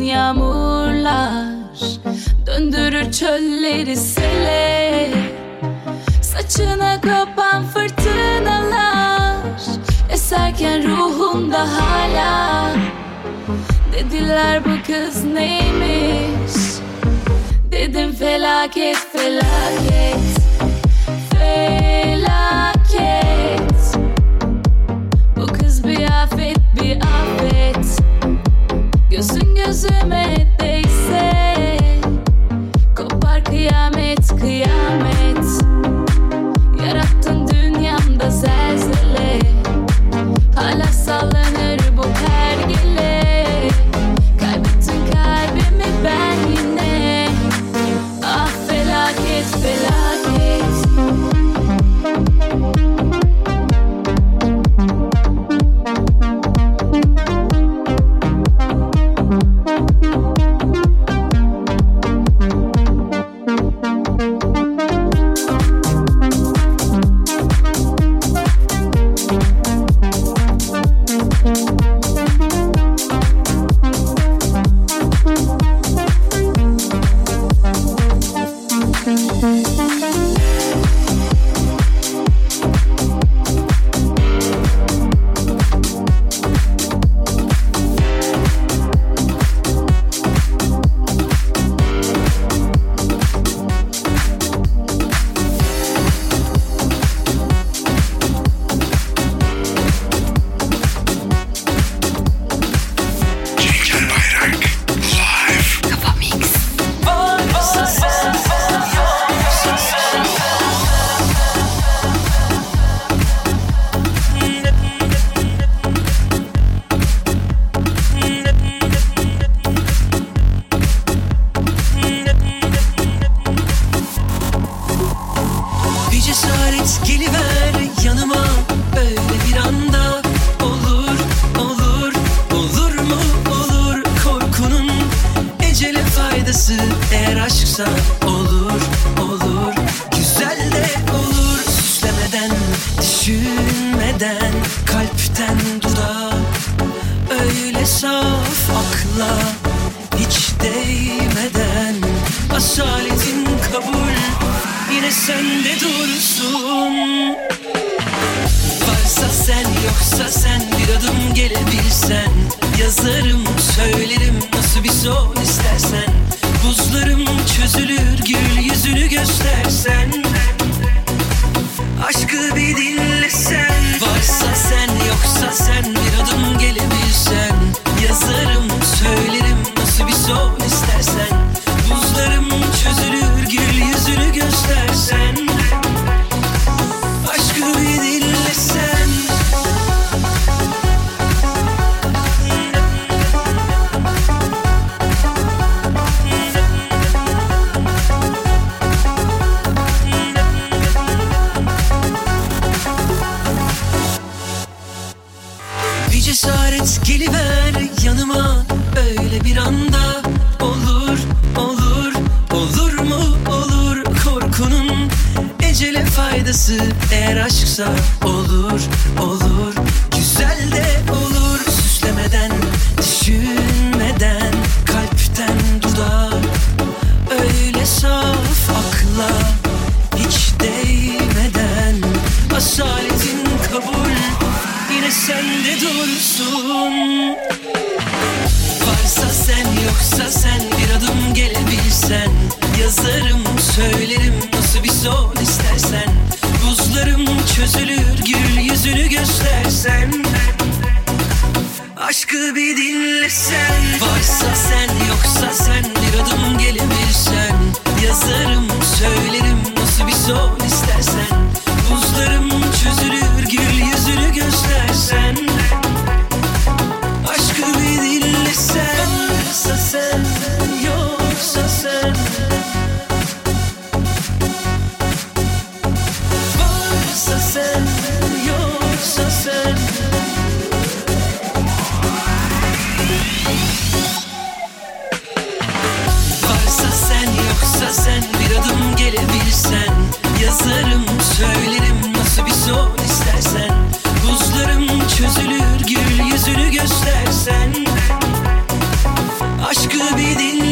yağmurlar döndürür çölleri sele. Saçına kopan fırtınalar eserken ruhumda hala. Dediler bu kız neymiş? Dedim felaket, felaket, felaket. Bu kız bir afet, bir afet. Gözün gözüme değse kopar kıyamet, kıyamet. Yarattın dünyamda zelzele, hala sallanır bu pergele. Kaybettin kalbimi ben yine. Ah felaket, felaket.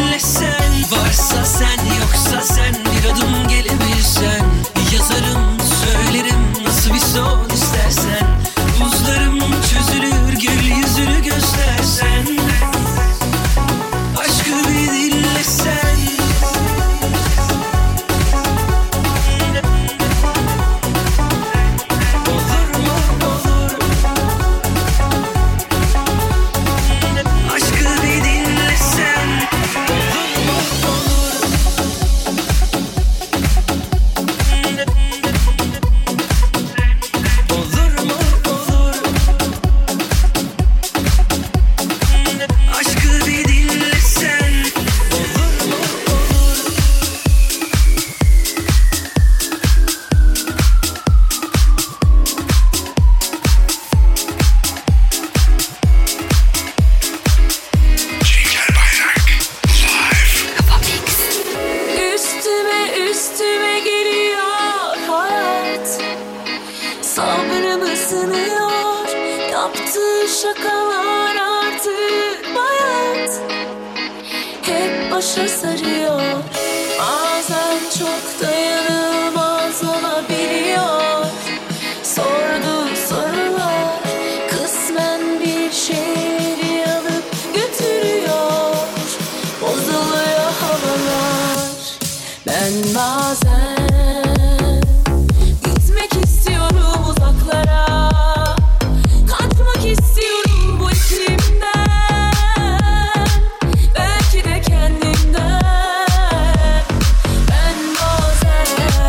Varsa sen yoksa sen bir adım gelebilsen, yazarım Sabrımı sınıyor, yaptığı şakalar artık bayat. Hep başa sarıyor, bazen çok dayanılmaz olabiliyor. Sorduğu sorular kısmen bir şeyleri alıp götürüyor. Bozuluyor havalar. Ben bazen gitmek istiyorum uzaklara, kaçmak istiyorum bu iklimden, belki de kendimden. Ben bazen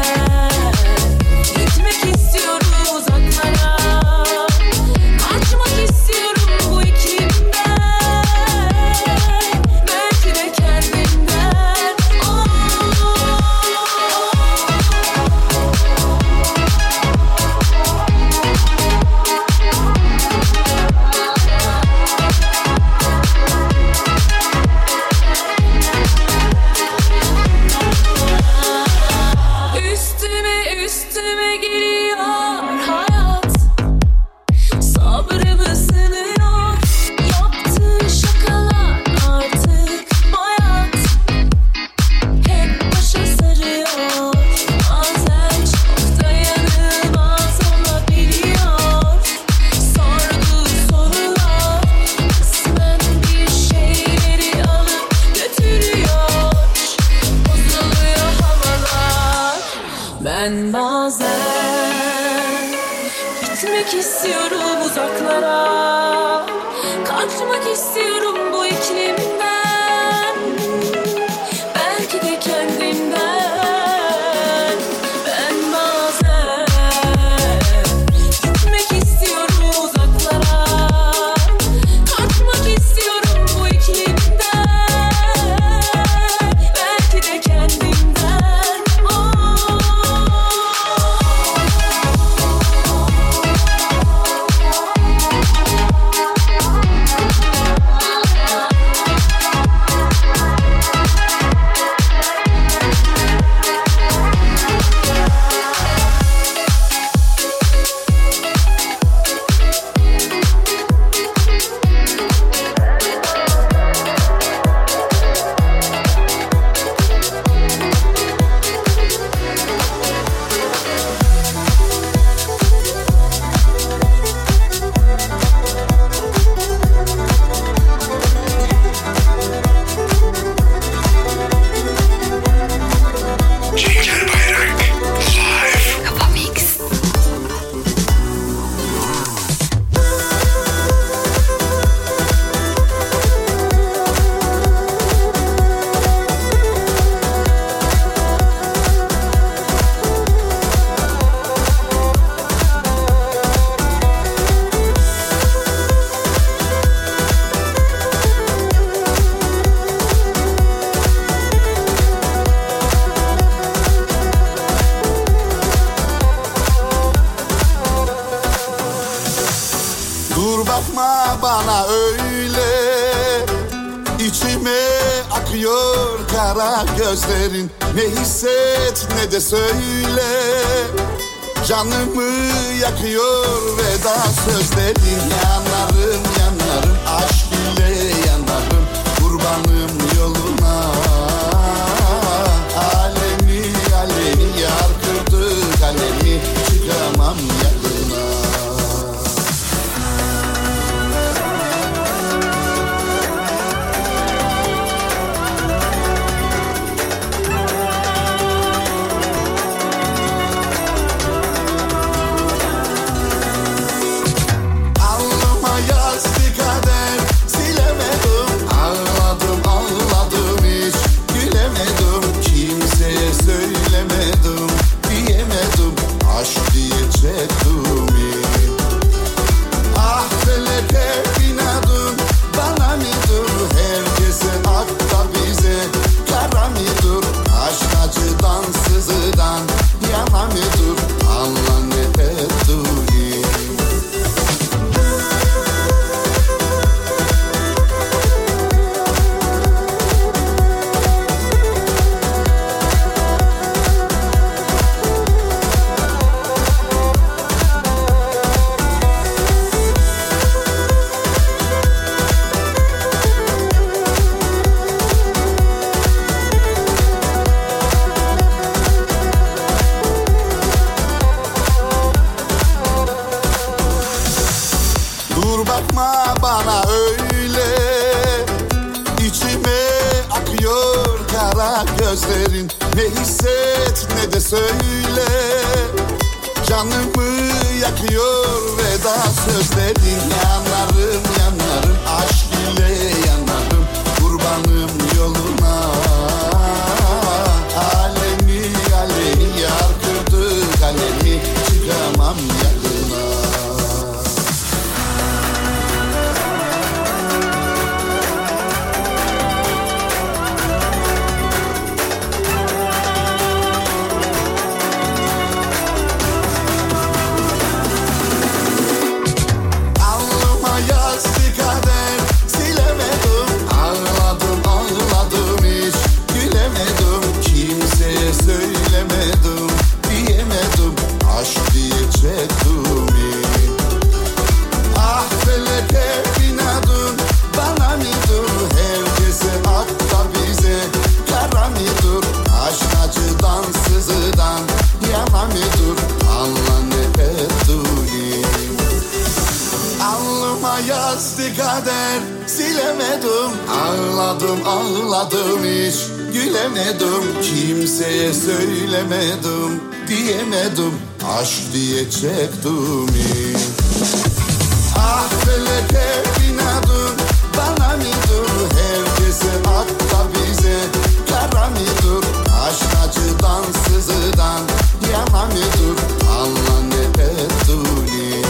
gitmek istiyorum uzaklara, kaçmak istiyorum bu iklimden, belki de kendimden. Üstüme geliyor hayat. Sabrımı sınıyor, yaptığı şakalar artık bayat. Hep başa sarıyor, bazen çok dayanılmaz olabiliyor. Sorduğu sorular kısmen bir şeyleri alıp götürüyor. Bozuluyor havalar. Ben bazen gitmek istiyorum uzaklara, kaçmak istiyorum bu iklimden, belki de kendimden. Ben bazen gitmek istiyorum uzaklara, kaçmak istiyorum bu iklimden, belki de kendimden. Cenker Bayrak Live. Kafa Mix. Dur bakma bana öyle, içime akıyor kara gözlerin. Ne hisset ne de söyle, canımı yakıyor veda sözlerin. Yanarım yanarım aşk ile yanarım, kurbanım yoluna. Alemi alemi yar kırdı kalemi, çıkamam yakına. Alnıma yazdı kader, silemedim. Ağladım ağladım hiç gülemedim. Kimseye söylemedim, diyemedim. Aşk diyecektim. Ah feleke binadın, bana mıdır? Herkese akla bize kara mıdır? Aşk acıdan sızıdan yana mıdır? Allah ne ettiğini. gözlerin. Ne hisset ne de söyle. Canımı yakıyor veda sözlerin. Yanarım yanarım aşk ile yanarım. Kurbanım yoluna. Alemi alemi yar kırdı kalemi. Çıkamam yakına. Söylemedim, diyemedim, aşk diyecektim. Ah felek hep inadın, bana mıdır? Herkese hatta bize kara mıdır? Aşk acıdan, sızıdan yana mıdır? Allah ne ettiğim. Alnıma yazdı kader, silemedim. Ağladım, ağladım hiç. Gülemedim, kimseye söylemedim, diyemedim, aşk diyecektim. Ah felek hep inadın, bana mıdır? Herkese hatta bize kara mıdır? Aşk acıdan, sızıdan yana mıdır? Allah ne ettiğini.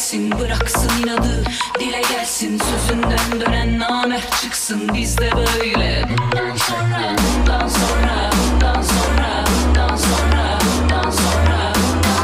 gelsin, bıraksın inadı, dile gelsin, sözünden dönen namert çıksın. Bizde böyle bundan sonra, bundan sonra, bundan sonra, bundan sonra, bundan sonra,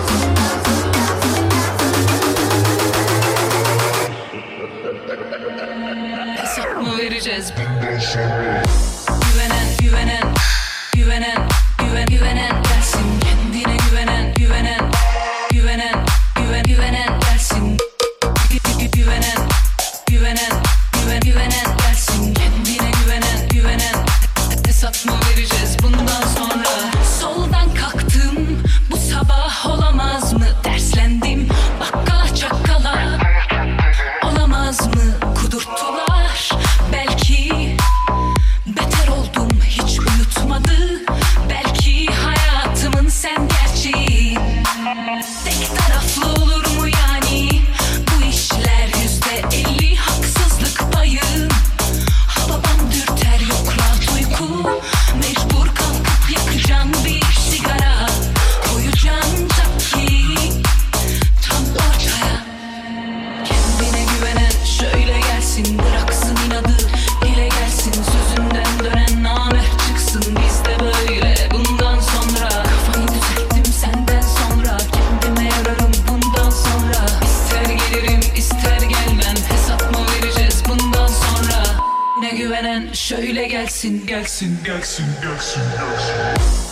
hesap mı vereceğiz? Güvenen, güvenen, güvenen, güvenen gelsin. Kendine güvenen, güvenen, güvenen, güvenen gelsin. Güvenen, güvenen, güvenen gelsin. Kendine güvenen, hesap mı vereceğiz bundan sonra? Soldan kalktım, bu sabah olamaz mı? Derslendim, bakkala çakkala, olamaz mı? Kudurttular, belki beter oldum, hiç uyutmadı. Belki hayatımın sen gerçeği. Tek taraflı olur mu yani? Bu işler %50 haksızlık payı. Ha babam dürter, yok rahat uyku. Mecbur kalkıp yakacağım bir sigara. Koyacağım takki tam ortaya. Kendine güvenen şöyle gelsin, bıraksın inadı, dile gelsin, sözünden dönen namert çıksın. Bizde böyle bundan sonra, kafayı düzelttim senden sonra, kendime yararım bundan sonra. İster gelirim ister gelmem, hesap mı vereceğiz bundan sonra? Ne güvenen şöyle gelsin, gelsin, gelsin, gelsin, gelsin.